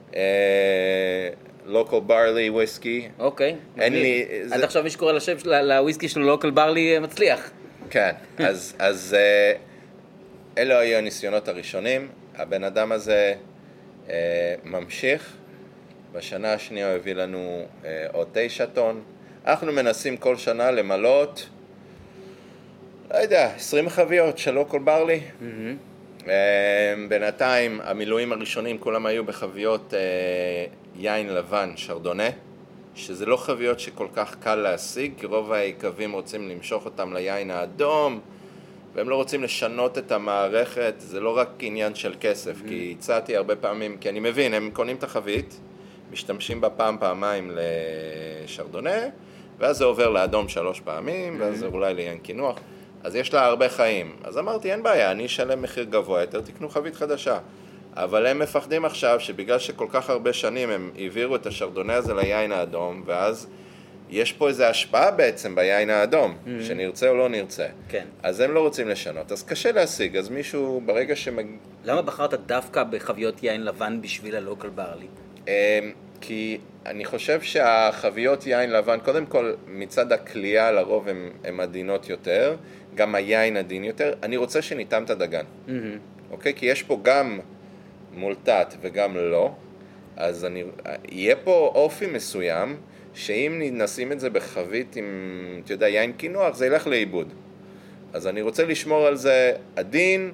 local barley whisky. אוקיי, עד עכשיו מי שקורא לשם לוויסקי שלו local barley מצליח. כן, אז אלו היו הניסיונות הראשונים, הבן אדם הזה ממשיך, בשנה השנייה הוא הביא לנו עוד 9 טון, אנחנו מנסים כל שנה למלות, לא יודע, 20 חביות של local barley, בינתיים המילואים הראשונים כולם היו בחביות יין לבן שרדונה, שזה לא חביות שכל כך קל להשיג, כי רוב היקבים רוצים למשוך אותם ליין האדום, והם לא רוצים לשנות את המערכת, זה לא רק עניין של כסף, כי הצעתי הרבה פעמים, כי אני מבין, הם קונים את החבית, משתמשים בה פעמיים לשרדונה, ואז זה עובר לאדום 3 פעמים, ואז זה אולי ליין קינוח, אז יש לה הרבה חיים. אז אמרתי, אין בעיה, אני אשלם מחיר גבוה יותר, תקנו חבית חדשה. אבל הם מפחדים עכשיו שבגלל שכל כך הרבה שנים הם העבירו את השרדונה הזה ליין האדום, ואז יש פה איזו השפעה בעצם ביין האדום, שנרצה או לא נרצה. כן. אז הם לא רוצים לשנות, אז קשה להשיג, אז מישהו ברגע למה בחרת דווקא בחביות יין לבן בשביל הלוקל ברלי? כי אני חושב שהחביות יין לבן, קודם כל מצד הקלייה לרוב הן עדינות יותר, גם היין עדין יותר, אני רוצה שניתן את הדגן. אוקיי? כי יש פה גם מולטט וגם לא, אז יהיה פה אופי מסוים, שאם נשים את זה בחבית עם, אתה יודע, יין קינוח, זה ילך לאיבוד. אז אני רוצה לשמור על זה עדין,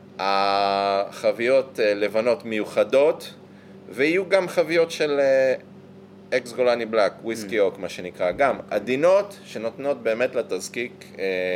החביות לבנות מיוחדות, ויהיו גם חביות של אקס גולני בלק, וויסקי אוק, מה שנקרא, גם עדינות שנותנות באמת לתזקיק,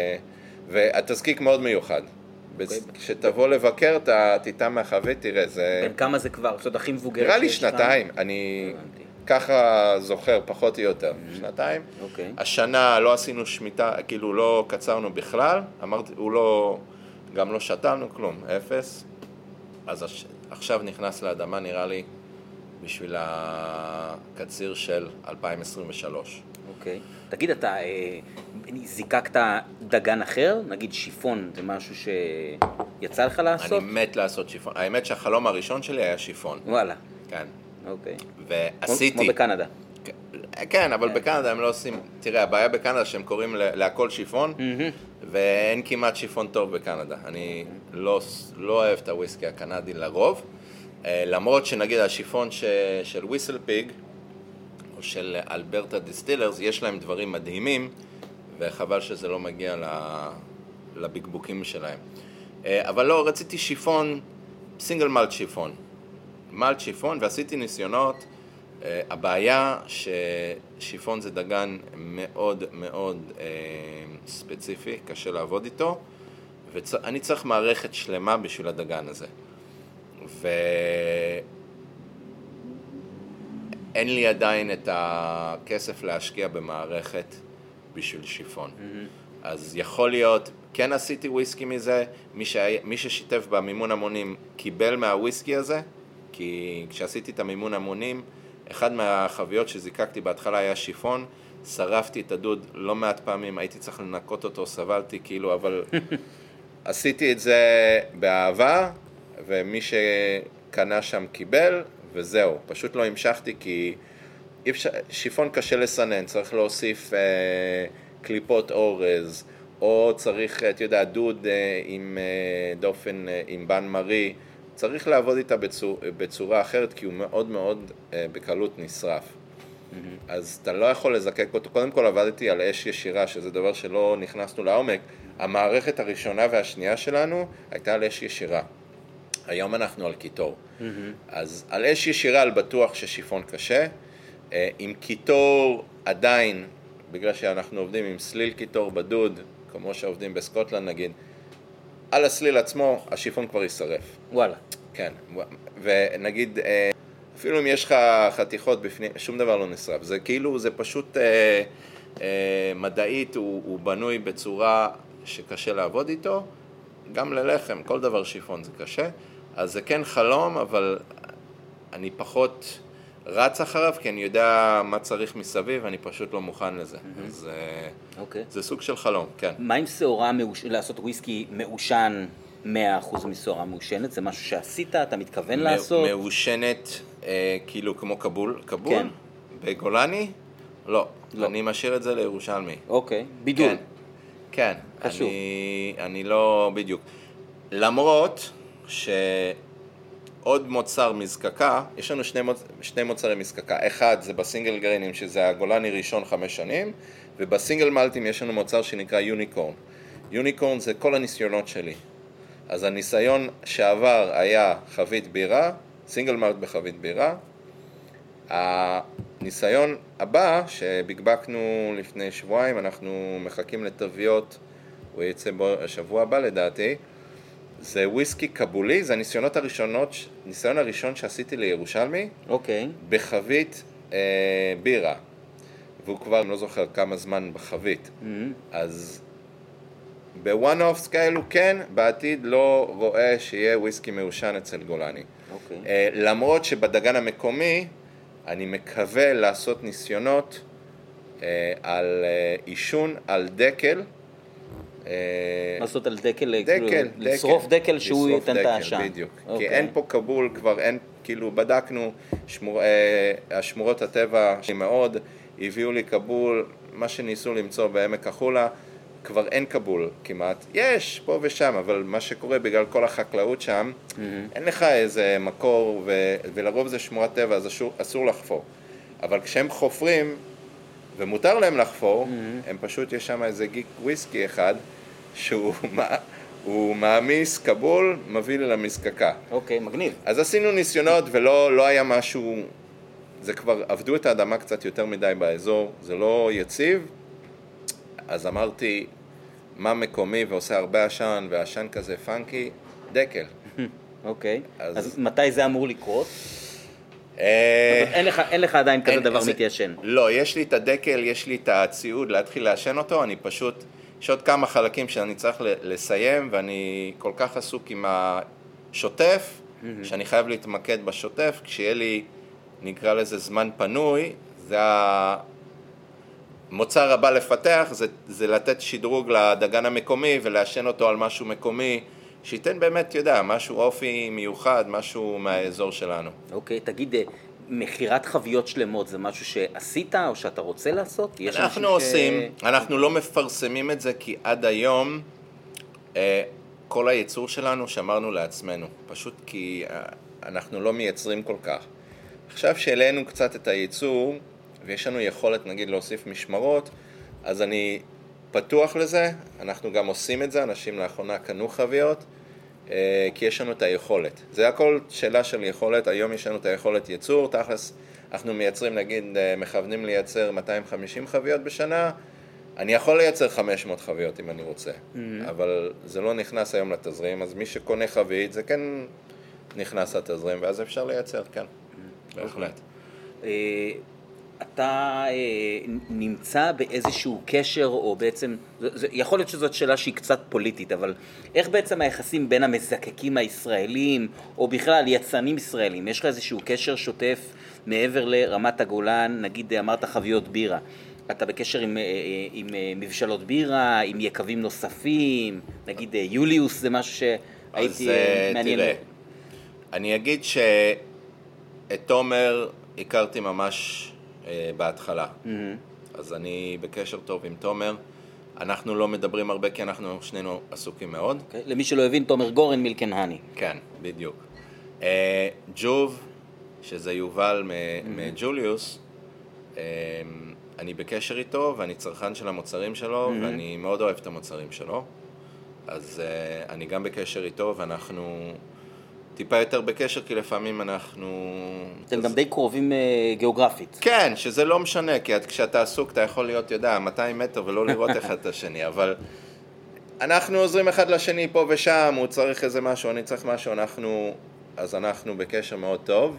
והתזקיק מאוד מיוחד. כשתבוא לבקר, אתה תיטע מהחבית, תראה, זה... בין כמה זה כבר? זאת הכי מבוגרת? נראה לי שנתיים, אני ככה זוכר, פחות או יותר, שנתיים. השנה לא עשינו שמיטה, כאילו לא קצרנו בכלל, אמרתי, הוא לא, גם לא שתלנו כלום, 0. אז עכשיו נכנס לאדמה, נראה לי, בשביל הקציר של 2023. אוקיי. תגיד, אתה זיקקת דגן אחר? נגיד שיפון, זה משהו שיצא לך לעשות? אני מת לעשות שיפון. האמת שהחלום הראשון שלי היה שיפון. וואלה. כן. אוקיי. ועשיתי... כמו בקנדה. כן, אבל בקנדה הם לא עושים... תראה, הבעיה בקנדה שהם קוראים להכל שיפון, ואין כמעט שיפון טוב בקנדה. אני לא אוהב את הוויסקי הקנדי לרוב, למרות שנגיד השיפון של וויסל פיג, או של אלברטה דיסטילרס, יש להם דברים מדהימים, וחבל שזה לא מגיע לבקבוקים שלהם. אבל לא, רציתי שיפון, סינגל מלט שיפון. מלט שיפון, ועשיתי ניסיונות. הבעיה ששיפון זה דגן מאוד מאוד ספציפי, קשה לעבוד איתו, ואני צריך מערכת שלמה בשביל הדגן הזה. אין לי עדיין את הכסף להשקיע במערכת בשביל שיפון. אז יכול להיות, כן עשיתי וויסקי מזה, מי ששיתף במימון המונים קיבל מהוויסקי הזה, כי כשעשיתי את המימון המונים, אחד מהחביות שזיקקתי בהתחלה היה שיפון, שרפתי את הדוד לא מעט פעמים, הייתי צריך לנקות אותו, סבלתי כאילו, אבל עשיתי את זה באהבה, ומי שקנה שם קיבל, וזהו, פשוט לא המשכתי כי שיפון קשה לסנן, צריך להוסיף קליפות אורז, או צריך, אתה יודע, דוד עם דופן, עם בן מרי, צריך לעבוד איתה בצורה אחרת, כי הוא מאוד מאוד בקלות נשרף. אז אתה לא יכול לזקק אותו. קודם כל עבדתי על אש ישירה, שזה דבר שלא נכנסנו לעומק. המערכת הראשונה והשנייה שלנו הייתה על אש ישירה. היום אנחנו על קיטור. אז על אש ישירה על בטוח ששיפון קשה. עם קיטור עדיין, בגלל שאנחנו עובדים עם סליל קיטור בדוד, כמו שעובדים בסקוטלנד נגיד, על הסליל עצמו השיפון כבר יישרף. וואלה. כן, ונגיד, אפילו אם יש לך חתיכות בפנים, שום דבר לא נשרף. זה כאילו, זה פשוט מדעית, הוא בנוי בצורה שקשה לעבוד איתו, גם ללחם, כל דבר שיפון זה קשה. אז זה כן חלום, אבל אני פחות רץ אחריו, כי אני יודע מה צריך מסביב, ואני פשוט לא מוכן לזה. אז זה סוג של חלום, כן. מה עם שעורה, לעשות וויסקי מעושן 100% משעורה מעושנת? זה משהו שעשית, אתה מתכוון לעשות? מעושנת, כאילו כמו קבול? כן. בגולני? לא. אני משאיר את זה לירושלמי. אוקיי, בידול. כן. חשוב. אני לא בדיוק. למרות שעוד מוצר מזקקה, יש לנו שני מוצרי מזקקה. אחד זה בסינגל גריינים, שזה הגולני ראשון 5 שנים, ובסינגל מלטים יש לנו מוצר שנקרא יוניקורן. יוניקורן זה כל הניסיונות שלי. אז הניסיון שעבר היה חבית בירה, סינגל מלט בחבית בירה. הניסיון הבא שבקבקנו לפני שבועיים, אנחנו מחכים לתוויות, הוא יצא בשבוע הבא לדעתי, זה וויסקי קבולי, זה הניסיון הראשון שעשיתי לירושלמי, בחבית בירה, והוא כבר לא זוכר כמה זמן בחבית, אז בוואן-אופס כאלו כן, בעתיד לא רואה שיהיה וויסקי מעושן אצל גולני. למרות שבדגן המקומי אני מקווה לעשות ניסיונות על עישון, על דקל. לעשות על דקל, לשרוף דקל שהוא ייתן את העשן. בדיוק, כי אין פה קבול, כבר אין, כאילו בדקנו, השמורות הטבע מאוד, הביאו לי קבול, מה שניסו למצוא בעמק החולה, כבר אין קבול כמעט, יש פה ושם, אבל מה שקורה בגלל כל החקלאות שם, אין לך איזה מקור, ולרוב זה שמורת טבע, אז אסור לחפור. אבל כשהם חופרים, ומותר להם לחפור, הם פשוט, יש שם איזה גיק וויסקי אחד, שהוא מעמיס קבול, מביא למזקקה. אוקיי, מגניב. אז עשינו ניסיונות ולא היה משהו, זה כבר עבדו את האדמה קצת יותר מדי באזור, זה לא יציב, אז אמרתי, מה מקומי ועושה הרבה עשן, והעשן כזה פאנקי, דקל. אוקיי, אז מתי זה אמור לקרות? אין לך עדיין כזה דבר מתיישן. לא, יש לי את הדקל, יש לי את הציוד להתחיל לעשן אותו, אני פשוט, יש עוד כמה חלקים שאני צריך לסיים, ואני כל כך עסוק עם השוטף, שאני חייב להתמקד בשוטף, כשיהיה לי, נקרא לזה זמן פנוי, זה המוצר הבא לפתח, זה לתת שדרוג לדגן המקומי, ולעשן אותו על משהו מקומי, שייתן באמת, יודע, משהו אופי מיוחד, משהו מהאזור שלנו. אוקיי, תגיד, מחירת חביות שלמות זה משהו שעשית או שאתה רוצה לעשות? אנחנו עושים, אנחנו לא מפרסמים את זה כי עד היום כל הייצור שלנו שמרנו לעצמנו, פשוט כי אנחנו לא מייצרים כל כך. עכשיו שהעלינו קצת את הייצור ויש לנו יכולת נגיד להוסיף משמרות, אז אני פתוח לזה, אנחנו גם עושים את זה, אנשים לאחרונה קנו חביות, כי יש לנו את היכולת. זה הכל שאלה של יכולת, היום יש לנו את היכולת ייצור, תכלס אנחנו מייצרים, נגיד, מכוונים לייצר 250 חביות בשנה, אני יכול לייצר 500 חביות אם אני רוצה, אבל זה לא נכנס היום לתזרים, אז מי שקונה חבית זה כן נכנס לתזרים, ואז אפשר לייצר, כן, בהחלט. אתה נמצא באיזשהו קשר, או בעצם, יכול להיות שזאת שאלה שהיא קצת פוליטית, אבל איך בעצם היחסים בין המזקקים הישראלים, או בכלל יצרנים ישראלים, יש לך איזשהו קשר שוטף מעבר לרמת הגולן, נגיד אמרת חביות בירה, אתה בקשר עם מבשלות בירה, עם יקבים נוספים, נגיד יוליוס זה משהו שהייתי מעניין. תראה, אני אגיד שאת תומר הכרתי ממש בהתחלה. אז אני בקשר טוב עם תומר. אנחנו לא מדברים הרבה כי אנחנו שנינו עסוקים מאוד. למי שלא הבין, תומר גורן מילקן הני. כן, בדיוק. ג'וב, שזה יובל מג'וליוס, אני בקשר איתו ואני צרכן של המוצרים שלו ואני מאוד אוהב את המוצרים שלו. אז אני גם בקשר איתו ואנחנו טיפה יותר בקשר, כי לפעמים אנחנו... אתם גם די קרובים גיאוגרפית. כן, שזה לא משנה, כי כשאתה עסוק אתה יכול להיות, יודע, 200 מטר ולא לראות אחד את השני, אבל אנחנו עוזרים אחד לשני פה ושם, הוא צריך איזה משהו, אני צריך משהו, אז אנחנו בקשר מאוד טוב.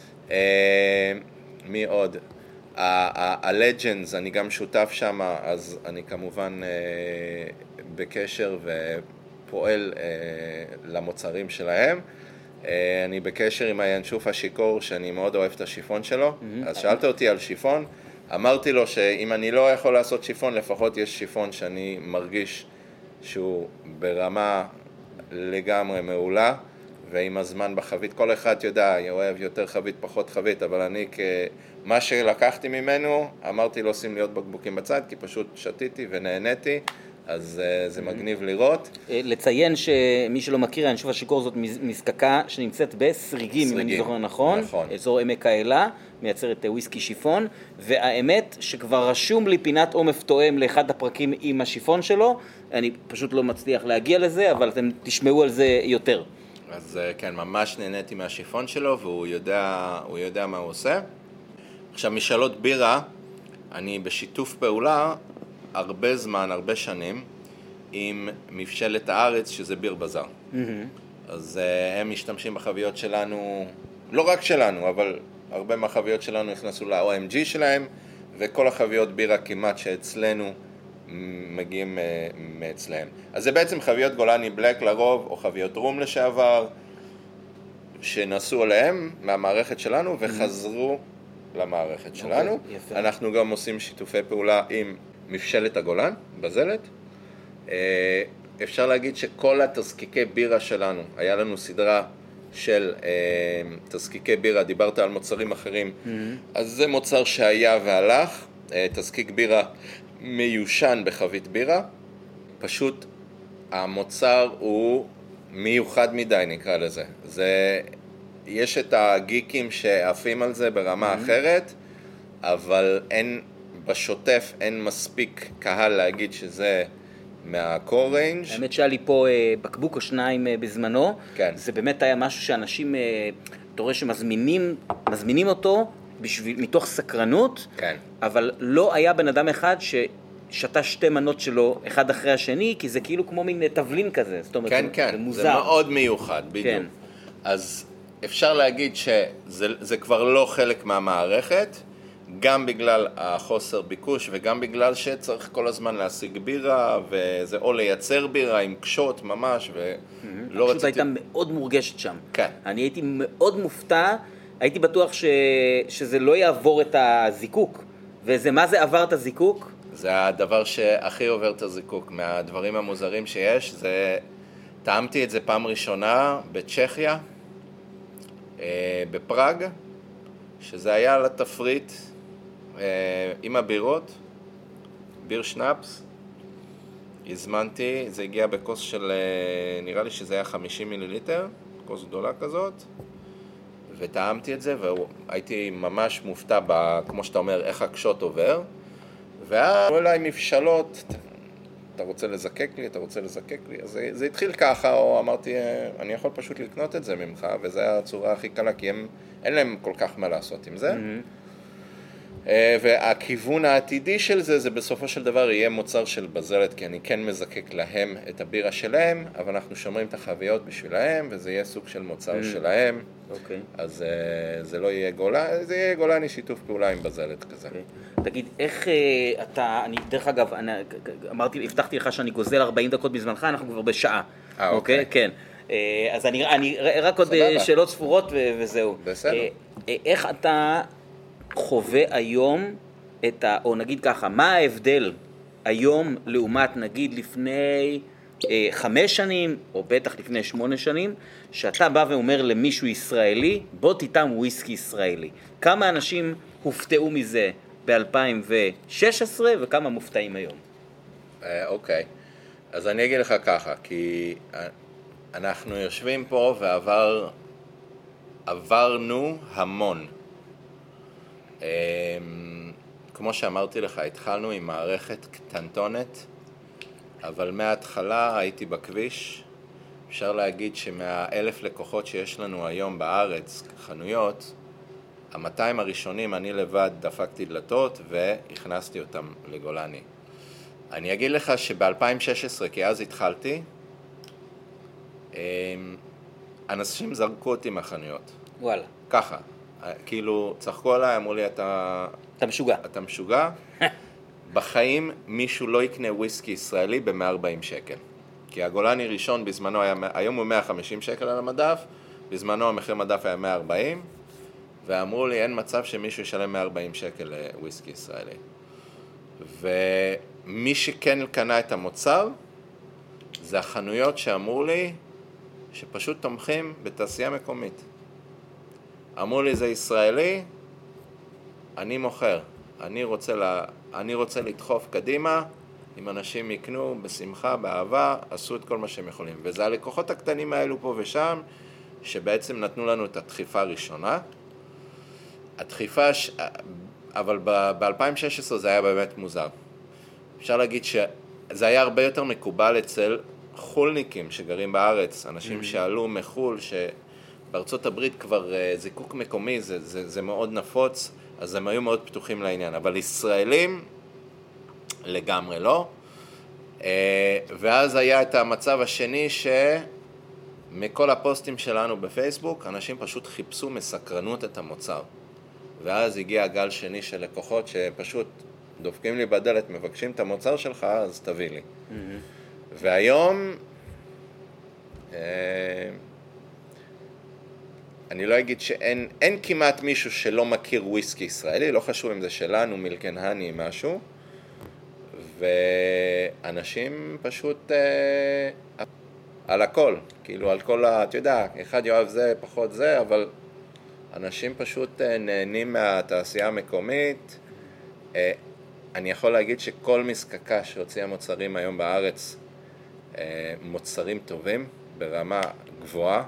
מי עוד? ה-Legends, אני גם שותף שם, אז אני כמובן בקשר ופועל למוצרים שלהם. אני בקשר עם הינשוף השיקור, שאני מאוד אוהב את השיפון שלו, אז שאלת אותי על שיפון, אמרתי לו שאם אני לא יכול לעשות שיפון, לפחות יש שיפון שאני מרגיש שהוא ברמה לגמרי מעולה, ועם הזמן בחבית, כל אחד יודע, אוהב יותר חבית, פחות חבית, אבל אני מה שלקחתי ממנו, אמרתי לו שים לי עוד בקבוקים בצד, כי פשוט שתיתי ונהניתי, אז זה מגניב לראות. לציין שמי שלא מכיר, הינשוף השיקור זאת מזקקה שנמצאת בסריגים, אם אני זוכר נכון, אזור עמק האלה, מייצרת וויסקי שיפון, והאמת שכבר רשום לי פינת עומף תואם לאחד הפרקים עם השיפון שלו, אני פשוט לא מצליח להגיע לזה, אבל אתם תשמעו על זה יותר. אז כן, ממש נהניתי מהשיפון שלו, והוא יודע מה הוא עושה. עכשיו, משאלות בירה, אני בשיתוף פעולה הרבה זמן, הרבה שנים, עם מבשלת הארץ, שזה ביר בזאר. אז הם משתמשים בחביות שלנו, לא רק שלנו, אבל הרבה מהחביות שלנו נכנסו ל-OMG שלהם, וכל החביות בירה כמעט שאצלנו מגיעים מאצלהם. אז זה בעצם חביות גולני בלק לרוב, או חביות רום לשעבר, שנסעו עליהם מהמערכת שלנו וחזרו למערכת שלנו. אנחנו גם עושים שיתופי פעולה עם מבשלת הגולן, בזלת. אפשר להגיד שכל התזקיקי בירה שלנו, היה לנו סדרה של תזקיקי בירה, דיברת על מוצרים אחרים, אז זה מוצר שהיה והלך, תזקיק בירה מיושן בחבית בירה, פשוט המוצר הוא מיוחד מדי נקרא לזה, יש את הגיקים שעפים על זה ברמה אחרת, אבל בשוטף אין מספיק קהל להגיד שזה מהקור ריינג'. האמת שהיה לי פה בקבוק או שניים בזמנו, כן. זה באמת היה משהו שאנשים, אתה רואה שמזמינים אותו מתוך סקרנות, כן. אבל לא היה בן אדם אחד ששתה שתי מנות שלו אחד אחרי השני, כי זה כאילו כמו מין תבלין כזה, זאת אומרת, כן, זה כן, מוזר. זה מאוד מיוחד, בדיוק. כן. אז אפשר להגיד שזה כבר לא חלק מהמערכת, גם בגלל החוסר ביקוש וגם בגלל שצריך כל הזמן להשיג בירה, וזה או לייצר בירה עם קשות ממש, ולא רציתי... פשוט הייתה מאוד מורגשת שם. כן. אני הייתי מאוד מופתע, הייתי בטוח שזה לא יעבור את הזיקוק, מה זה עבר את הזיקוק? זה הדבר שהכי עובר את הזיקוק, מהדברים המוזרים שיש, טעמתי את זה פעם ראשונה בצ'כיה, בפראג, שזה היה על התפריט עם הבירות, ביר שנאפס, הזמנתי, זה הגיע בכוס של, נראה לי שזה היה 50 מיליליטר, כוס גדולה כזאת, וטעמתי את זה, והייתי ממש מופתע, כמו שאתה אומר, איך הקשות עובר, והיו אליי מבשלות, אתה רוצה לזקק לי, אז זה התחיל ככה, או אמרתי, אני יכול פשוט לקנות את זה ממך, וזו הצורה הכי קלה, כי אין להם כל כך מה לעשות עם זה. והכיוון העתידי של זה בסופו של דבר יהיה מוצר של בזלת, כי אני כן מזקק להם את הבירה שלהם, אבל אנחנו שומרים את החביות בשבילהם, וזה יהיה סוג של מוצר שלהם. אוקיי. אז זה לא יהיה גולני, זה יהיה גולני שיתוף פעולה עם בזלת כזה. תגיד, איך אתה, דרך אגב, הבטחתי לך שאני גוזל 40 דקות בזמנך, אנחנו כבר בשעה. אוקיי. כן. אז אני רק עוד שאלות ספורות וזהו. בסדר. איך אתה חווה היום או נגיד ככה, מה ההבדל היום לעומת נגיד לפני 5 שנים, או בטח לפני 8 שנים, שאתה בא ואומר למישהו ישראלי, בוא תיתם וויסקי ישראלי. כמה אנשים הופתעו מזה ב-2016 וכמה מופתעים היום? אוקיי, אז אני אגיד לך ככה, כי אנחנו יושבים פה ועברנו המון. כמו שאמרתי לך, התחלנו עם מערכת קטנטונת, אבל מההתחלה הייתי בכביש. אפשר להגיד ש100,000 לקוחות שיש לנו היום בארץ, חנויות, 200 הראשונים אני לבד דפקתי דלתות והכנסתי אותם לגולני. אני אגיד לך שב-2016, כי אז התחלתי, אנשים זרקו אותי מהחנויות. וואלה. ככה. כאילו, צחקו עליי, אמרו לי, אתה משוגע. אתה משוגע. בחיים מישהו לא יקנה וויסקי ישראלי ב-140 שקל. כי הגולני ראשון בזמנו היום הוא 150 שקל על המדף, בזמנו המחיר מדף היה 140, ואמרו לי, אין מצב שמישהו ישלם 140 שקל לוויסקי ישראלי. ומי שכן קנה את המוצר, זה החנויות שאמרו לי, שפשוט תומכים בתעשייה מקומית. אמרו לי, זה ישראלי, אני מוכר. אני רוצה לדחוף קדימה, אם אנשים יקנו בשמחה, באהבה, עשו את כל מה שהם יכולים. וזה הלקוחות הקטנים האלו פה ושם, שבעצם נתנו לנו את הדחיפה הראשונה. הדחיפה, אבל ב-2016 זה היה באמת מוזר. אפשר להגיד שזה היה הרבה יותר מקובל אצל חולניקים שגרים בארץ, אנשים שעלו מחול, שבארצות הברית כבר זיקוק מקומי, זה מאוד נפוץ, אז הם היו מאוד פתוחים לעניין, אבל ישראלים לגמרי לא. ואז היה את המצב השני שמכל הפוסטים שלנו בפייסבוק, אנשים פשוט חיפשו מסקרנות את המוצר. ואז הגיע הגל שני של לקוחות שפשוט דופקים לי בדלת, מבקשים את המוצר שלך, אז תביא לי. והיום, אני לא אגיד שאין כמעט מישהו שלא מכיר וויסקי ישראלי, לא חשוב אם זה שלנו, מילקן הני, משהו, ואנשים פשוט על הכל, כאילו על כל, אתה יודע, אחד יאהב זה, פחות זה, אבל אנשים פשוט נהנים מהתעשייה המקומית. אני יכול להגיד שכל מזקקה שהוציאה מוצרים היום בארץ, מוצרים טובים ברמה גבוהה,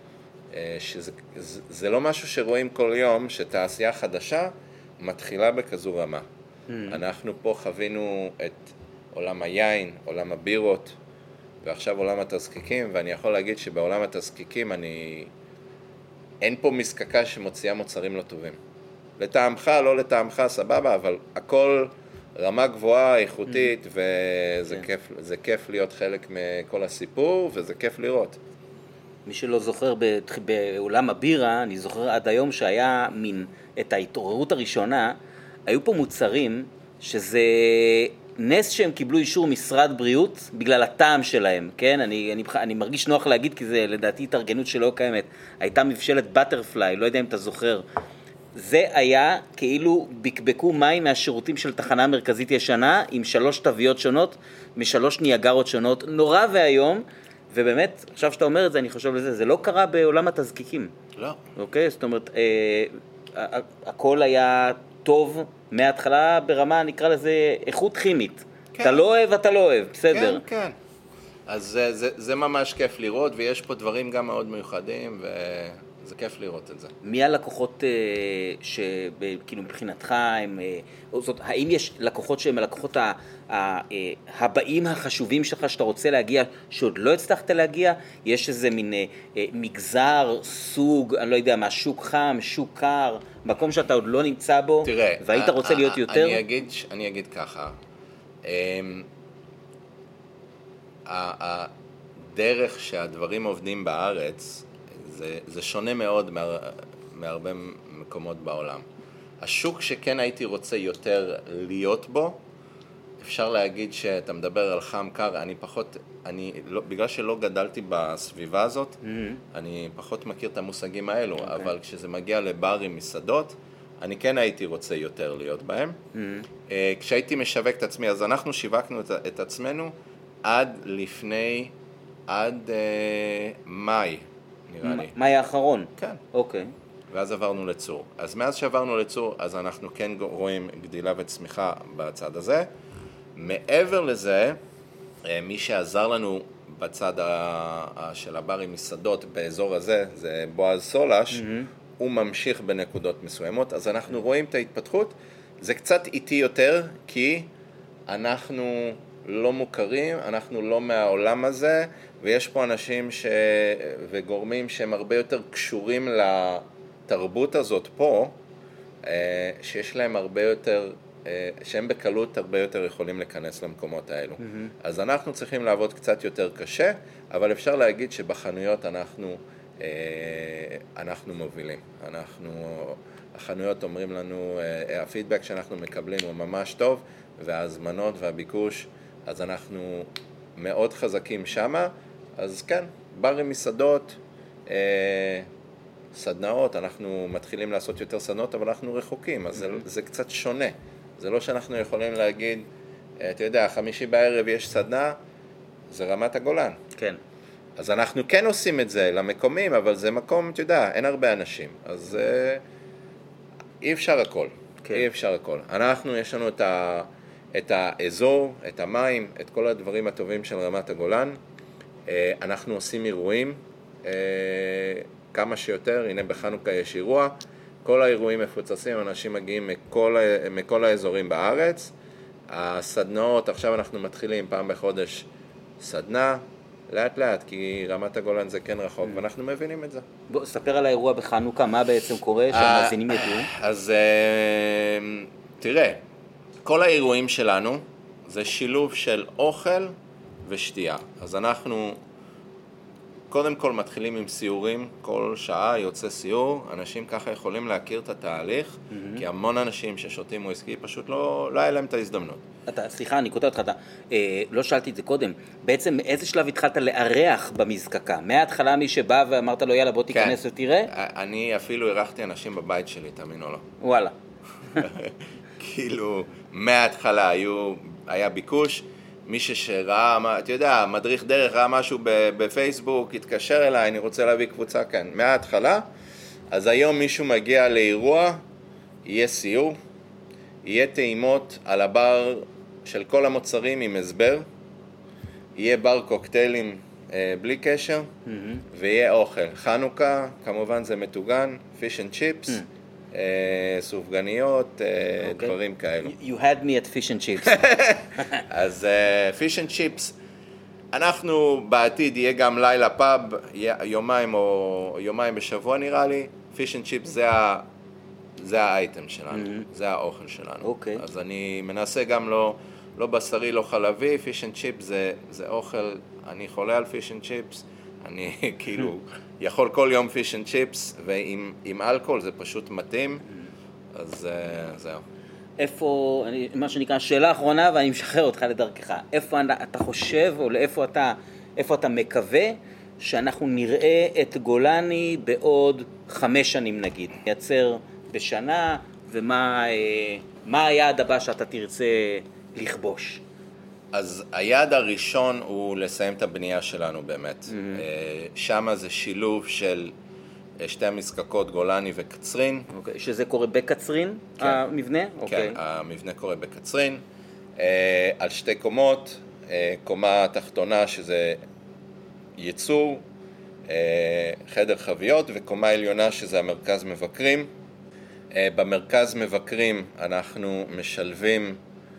שזה לא משהו שרואים כל יום, שתעשייה חדשה מתחילה בכזו רמה. אנחנו פה חווינו את עולם היין, עולם הבירות, ועכשיו עולם התזקיקים, ואני יכול להגיד שבעולם התזקיקים אין פה מזקקה שמוציאה מוצרים לא טובים. לטעמך, לא לטעמך, סבבה, אבל הכל רמה גבוהה, איכותית, וזה כיף להיות חלק מכל הסיפור, וזה כיף לראות. מי שלא זוכר בעולם הבירה, אני זוכר עד היום שהיה את ההתעוררות הראשונה, היו פה מוצרים שזה נס שהם קיבלו אישור משרד בריאות בגלל הטעם שלהם, כן? אני מרגיש נוח להגיד כי זה לדעתי התארגנות שלא קיימת. הייתה מבשלת בטרפליי, לא יודע אם אתה זוכר. זה היה כאילו בקבקו מים מהשירותים של תחנה מרכזית ישנה עם 3 תוויות שונות, מ3 ניאגרות שונות, נורא והיום, ובאמת, עכשיו שאתה אומר את זה, אני חושב לזה, זה לא קרה בעולם התזקיקים. לא. אוקיי? זאת אומרת, הכל היה טוב מההתחלה ברמה, נקרא לזה, איכות כימית. כן. אתה לא אוהב, אתה לא אוהב, בסדר. כן, כן. אז זה ממש כיף לראות, ויש פה דברים גם מאוד מיוחדים, וזה כיף לראות את זה. מי הלקוחות שכאילו מבחינתך הם, זאת, האם יש לקוחות שהם הלקוחות הבאים החשובים שלך שאתה רוצה להגיע, שעוד לא הצלחת להגיע? יש איזה מין מגזר, סוג, אני לא יודע מה, שוק חם, שוק קר, מקום שאתה עוד לא נמצא בו, תראה, והיית רוצה להיות יותר? אני אגיד ככה, הדרך שהדברים עובדים בארץ, זה שונה מאוד מהרבה מקומות בעולם. השוק שכן הייתי רוצה יותר להיות בו, אפשר להגיד שאתה מדבר על חם קר, בגלל שלא גדלתי בסביבה הזאת, אני פחות מכיר את המושגים האלו, אבל כשזה מגיע לברים, מסעדות, אני כן הייתי רוצה יותר להיות בהם. כשהייתי משווק את עצמי, אז אנחנו שיווקנו את עצמנו עד מאי, נראה לי. מאי האחרון? כן. אוקיי. ואז עברנו לצור. אז מאז שעברנו לצור, אז אנחנו כן רואים גדילה וצמיחה בצד הזה. מעבר לזה, מי שעזר לנו בצד של הברים מסעדות באזור הזה, זה בועז סולש, הוא ממשיך בנקודות מסוימות, אז אנחנו רואים את ההתפתחות. זה קצת איטי יותר, כי אנחנו לא מוכרים, אנחנו לא מהעולם הזה, ויש פה אנשים וגורמים שהם הרבה יותר קשורים לתרבות הזאת פה, שיש להם הרבה יותר, שהם בקלות הרבה יותר יכולים להיכנס למקומות האלו. אז אנחנו צריכים לעבוד קצת יותר קשה, אבל אפשר להגיד שבחנויות אנחנו מובילים. החנויות אומרים לנו, הפידבק שאנחנו מקבלים הוא ממש טוב, וההזמנות והביקוש, אז אנחנו מאוד חזקים שמה. אז כן, ברים, מסעדות, סדנאות, אנחנו מתחילים לעשות יותר סדנאות, אבל אנחנו רחוקים, אז זה קצת שונה. זה לא שאנחנו יכולים להגיד, אתה יודע, 5 בערב יש סדנה, זה רמת הגולן. כן. אז אנחנו כן עושים את זה למקומים, אבל זה מקום, אתה יודע, אין הרבה אנשים. אז אי אפשר הכל. כן. אי אפשר הכל. יש לנו את האזור, את המים, את כל הדברים הטובים של רמת הגולן. אנחנו עושים אירועים כמה שיותר. הנה בחנוכה יש אירוע. כל האירועים מפוצצים, אנשים מגיעים מכל האזורים בארץ. הסדנאות, עכשיו אנחנו מתחילים פעם בחודש סדנה, לאט לאט, כי רמת הגולן זה כן רחוק, ואנחנו מבינים את זה. בוא, ספר על האירוע בחנוכה, מה בעצם קורה, שהמאזינים ידעו. אז תראה, כל האירועים שלנו זה שילוב של אוכל ושתייה. אז אנחנו קודם כל מתחילים עם סיורים, כל שעה יוצא סיור, אנשים ככה יכולים להכיר את התהליך, כי המון אנשים ששותים וויסקי פשוט לא היה להם את ההזדמנות. סליחה, אני קוטע אותך, לא שאלתי את זה קודם, בעצם מאיזה שלב התחלת לארח במזקקה? מההתחלה מי שבא ואמרת לו יאללה בוא תיכנס ותראה? אני אפילו אירחתי אנשים בבית שלי, תאמין או לא. וואלה. כאילו, מההתחלה היה ביקוש, מישהו שראה, אתה יודע, מדריך דרך ראה משהו בפייסבוק, התקשר אליי, אני רוצה להביא קבוצה כאן. מההתחלה, אז היום מישהו מגיע לאירוע, יהיה סיור, יהיה טעימות על הבר של כל המוצרים עם הסבר, יהיה בר קוקטיילים בלי קשר, ויהיה אוכל. חנוכה, כמובן זה מטוגן, fish and chips, סופגניות, דברים כאלו. You had me at fish and chips. אז fish and chips, אנחנו בעתיד יהיה גם לילה פאב, יומיים בשבוע נראה לי, fish and chips זה האייטם שלנו, זה האוכל שלנו. אז אני מנסה גם לא בשרי, לא חלבי, fish and chips זה אוכל, אני חולה על fish and chips, אני כאילו יכול כל יום fish and chips, ועם אלכוהול זה פשוט מתאים, אז זהו. איפה, מה שנקרא, שאלה אחרונה ואני משחרר אותך לדרכך, איפה אתה חושב או איפה אתה מקווה שאנחנו נראה את גולני בעוד 5 שנים נגיד, נייצר בשנה, ומה היעד הבא שאתה תרצה לכבוש? אז היעד הראשון הוא לסיים את הבנייה שלנו באמת. שם זה שילוב של שתי המזקקות, גולני וקצרין. שזה קורה בקצרין, המבנה? כן, המבנה קורה בקצרין. על 2 קומות, קומה תחתונה שזה ייצור, חדר חביות, וקומה עליונה שזה המרכז מבקרים. במרכז מבקרים אנחנו משלבים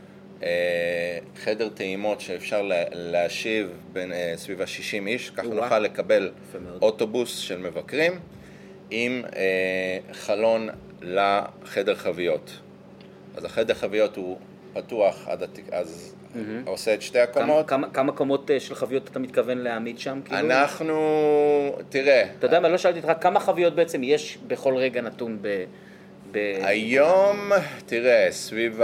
חדר טעימות שאפשר להשיב סביב 60 איש, כך נוכל לקבל אוטובוס של מבקרים עם חלון לחדר חביות. אז החדר חביות הוא פתוח אז עושה את 2 הקומות. כמה קומות של חביות אתה מתכוון להעמיד שם? אנחנו, תראה. אתה יודע מה, לא שאלתי אותך, כמה חביות בעצם יש בכל רגע נתון היום, תראה, סביב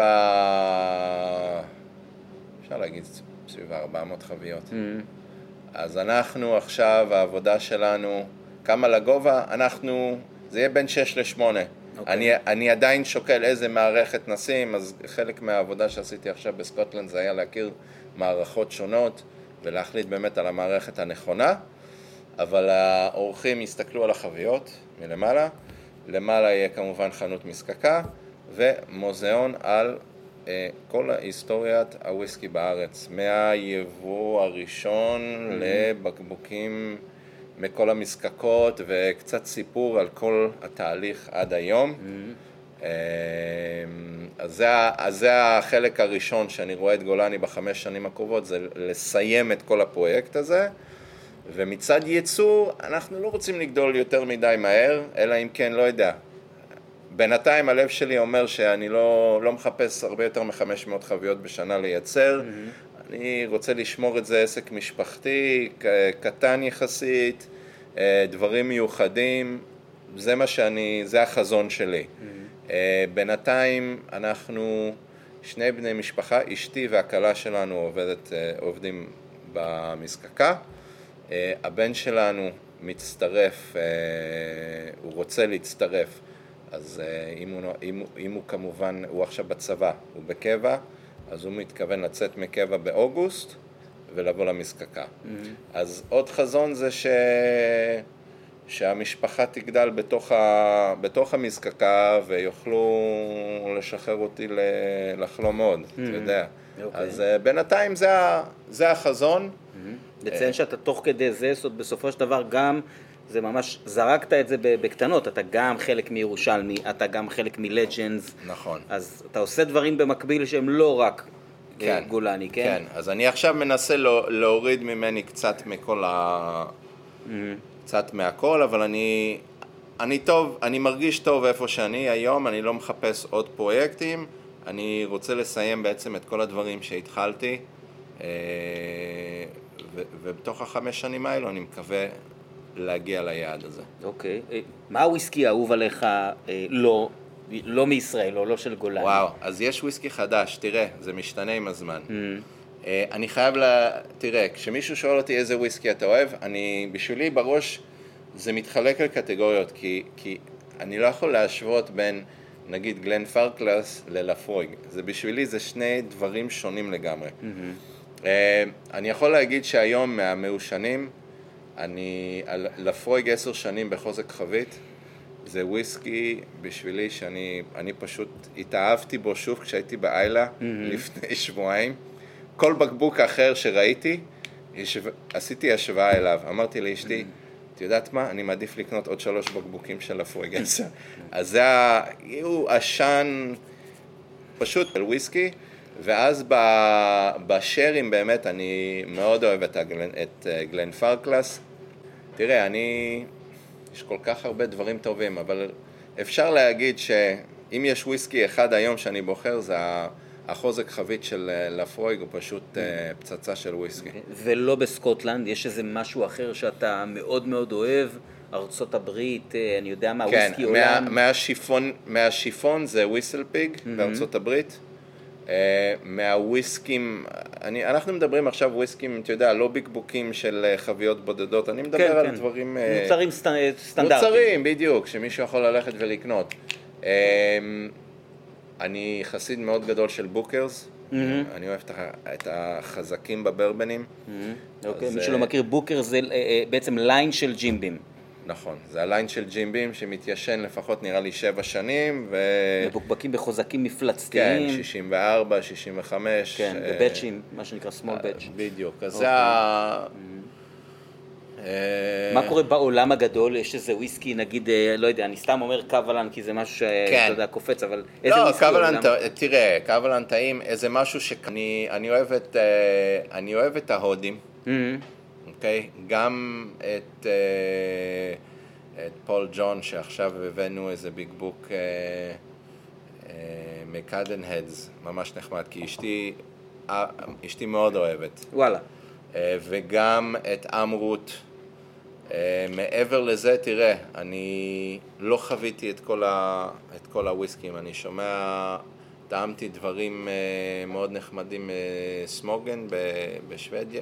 אפשר להגיד סביב 400 חביות. אז אנחנו עכשיו, העבודה שלנו, כמה לגובה, זה יהיה בין 6 ל-8. אני עדיין שוקל איזה מערכת נשים, אז חלק מהעבודה שעשיתי עכשיו בסקוטלנד זה היה להכיר מערכות שונות, ולהחליט באמת על המערכת הנכונה, אבל האורחים יסתכלו על החביות מלמעלה, למעלה יהיה כמובן חנות מזקקה, ומוזיאון על כל היסטוריית הוויסקי בארץ, מהיבוא הראשון לבקבוקים מכל המזקקות, וקצת סיפור על כל התהליך עד היום. אז זה החלק הראשון שאני רואה את גולני ב5 שנים הקרובות, זה לסיים את כל הפרויקט הזה. ומצד ייצור, אנחנו לא רוצים לגדול יותר מדי מהר, אלא אם כן, לא יודע. בינתיים הלב שלי אומר שאני לא מחפש הרבה יותר מ500 חביות בשנה לייצר. אני רוצה לשמור את זה עסק משפחתי, קטן יחסית, דברים מיוחדים, זה החזון שלי. בינתיים אנחנו 2 בני משפחה, אשתי והכלה שלנו עובדים במזקקה. הבן שלנו מצטרף, הוא רוצה להצטרף, אז אם הוא כמובן, הוא עכשיו בצבא, הוא בקבע, אז הוא מתכוון לצאת מקבע באוגוסט ולבוא למזקקה. אז עוד חזון זה שהמשפחה תגדל בתוך המזקקה ויוכלו לשחרר אותי לחלום עוד, אתה יודע. אז בינתיים זה החזון. לציין שאתה תוך כדי זה, בסופו של דבר גם, זה ממש, זרקת את זה בקטנות, אתה גם חלק מירושלמי, אתה גם חלק מלג'נדס. נכון. אז אתה עושה דברים במקביל שהם לא רק גולני, כן? כן, אז אני עכשיו מנסה להוריד ממני קצת קצת מהכל, אבל אני טוב, אני מרגיש טוב איפה שאני היום, אני לא מחפש עוד פרויקטים, אני רוצה לסיים בעצם את כל הדברים שהתחלתי, ובתוך 5 שנים האלו אני מקווה להגיע ליעד הזה. אוקיי. מה הוויסקי האהוב עליך לא מישראל או לא של גולני? וואו, אז יש וויסקי חדש, תראה, זה משתנה עם הזמן. אני חייב תראה, כשמישהו שואל אותי איזה וויסקי אתה אוהב, בשבילי בראש זה מתחלק על קטגוריות, כי אני לא יכול להשוות בין, נגיד, גלן פרקלס ללפרויג. בשבילי זה שני דברים שונים לגמרי. אני יכול להגיד שהיום מהמעושנים, לפרויג 10 שנים בחוזק חבית, זה וויסקי בשבילי שאני פשוט התאהבתי בו שוב כשהייתי באיילה לפני שבועיים. כל בקבוק אחר שראיתי, עשיתי השוואה אליו. אמרתי לאשתי, את יודעת מה? אני מעדיף לקנות עוד 3 בקבוקים של לפרויג 10. אז זה הוא עשן פשוט של וויסקי, ואז בשרים באמת אני מאוד אוהב את גלן פרקלס. תראה, יש כל כך הרבה דברים טובים, אבל אפשר להגיד שאם יש וויסקי אחד היום שאני בוחר, זה החוזק חבית של לפרויג, הוא פשוט פצצה של וויסקי. ולא בסקוטלנד, יש איזה משהו אחר שאתה מאוד מאוד אוהב, ארצות הברית, אני יודע מה, וויסקי עולם? מהשיפון זה וויסל פיג בארצות הברית. מהוויסקים, אנחנו מדברים עכשיו וויסקים, אתה יודע, לא בקבוקים של חביות בודדות, אני מדבר על דברים... מוצרים סטנדרטיים. מוצרים, בדיוק, שמישהו יכול ללכת ולקנות. אני חסיד מאוד גדול של בוקרס, אני אוהב את החזקים בברבנים. אוקיי, מי שלא מכיר, בוקר זה בעצם ליין של ג'ימבים. נכון, זה הליין של ג'ימבים שמתיישן לפחות נראה לי 7 שנים מבוקבקים בחוזקים מפלצתיים. כן, 64, 65. כן, בבצ'ים, מה שנקרא small batch. בדיוק, אז זה מה קורה בעולם הגדול? יש איזה וויסקי, נגיד, לא יודע, אני סתם אומר קוולן, כי זה משהו שאתה יודע, קופץ, אבל איזה וויסקי עולם? תראה, קוולן טעים, איזה משהו שאני אוהב את ההודים. אוקיי? גם את פול ג'ון, שעכשיו הבאנו איזה ביג בוק מקדן הדס, ממש נחמד, כי אשתי מאוד אוהבת. וואלה. וגם את אמרוט. מעבר לזה, תראה, אני לא חוויתי את כל הוויסקים, אני שומע, טעמתי דברים מאוד נחמדים, סמוגן בשוודיה,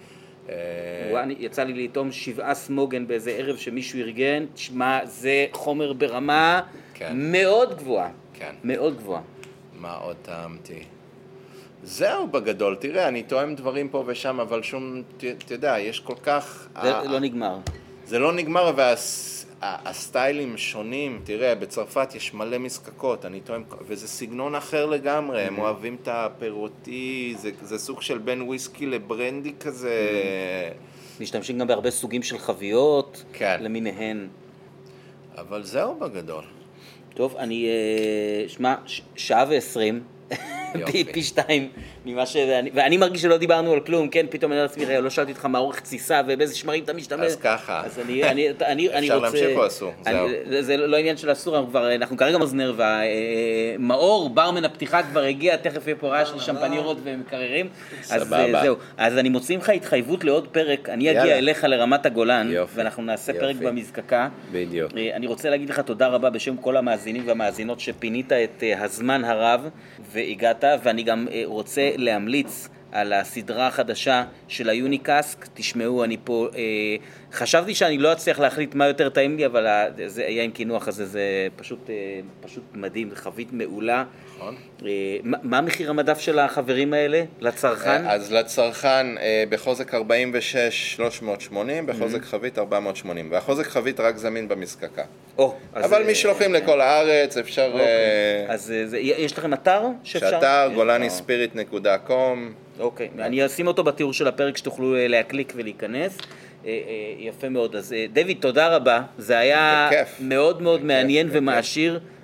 יצא לי לטעום 7 סמוגן באיזה ערב שמישהו ארגן, תשמע, זה חומר ברמה מאוד גבוהה. כן. מאוד גבוהה. מה עוד טעמתי? זהו בגדול, תראה, אני טועם דברים פה ושם, אבל שום, אתה יודע, יש כל כך... זה לא נגמר. זה לא נגמר, והסטיילים שונים, תראה, בצרפת יש מלא מזקקות, אני טועם, וזה סגנון אחר לגמרי, הם אוהבים את הפירותי, זה סוג של בין וויסקי לברנדי כזה. משתמשים גם בהרבה סוגים של חביות, כן. למיניהן. אבל זהו בגדול. טוב, שמע, 1:20, פי 2 ממה ואני מרגיש שלא דיברנו על כלום, כן, פתאום אני לעצמי, לא שאלתי אותך מה אורך תסיסה ובאיזה שמרים אתה משתמש. אז ככה. אז אני אפשר רוצה... להמשיך או אסור? זה לא עניין של אסור, אנחנו כרגע מזנר, והמאור, ברמן הפתיחה כבר הגיע, תכף יהיה פה רעש של שמפנירות ומקררים. סבבה. זהו, אז אני מוציא ממך התחייבות לעוד פרק, אני אגיע אליך לרמת הגולן, ואנחנו נעשה פרק במזקקה. בדיוק. אני רוצה להגיד לך תודה רבה בשם כל המאזינים והמאזינות שפינית את הזמן הרב והגעת, ואני גם רוצה להמליץ על הסדרה החדשה של היוניקאסק. תשמעו, אני פה חשבתי שאני לא אצליח להחליט מה יותר טעים לי, אבל זה היה עם כינוח הזה, זה פשוט מדהים, חבית מעולה. נכון. מה מחיר המדף של החברים האלה לצרכן? אז לצרכן בחוזק 46 380, בחוזק חבית 480, והחוזק חבית רק זמין במזקקה. אבל מי שלוחים לכל הארץ אפשר... אז יש לכם אתר שאפשר? שאתר golanispirit.com. אוקיי, אני אשים אותו בתיאור של הפרק שתוכלו להקליק ולהיכנס. יפה מאוד. אז דויד, תודה רבה. זה היה מאוד מאוד מעניין ומעשיר.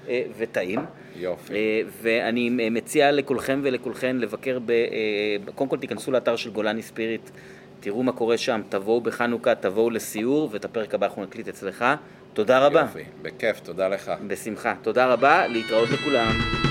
וטעים. יופי. ואני מציע לכולכם ולכולכן לבקר קודם כל תיכנסו לאתר של גולני ספיריט, תראו מה קורה שם, תבואו בחנוכה, תבואו לסיור, ואת הפרק הבא אנחנו נקליט אצלך. תודה רבה. יופי, בכיף, תודה לך. בשמחה. תודה רבה, להתראות לכולם.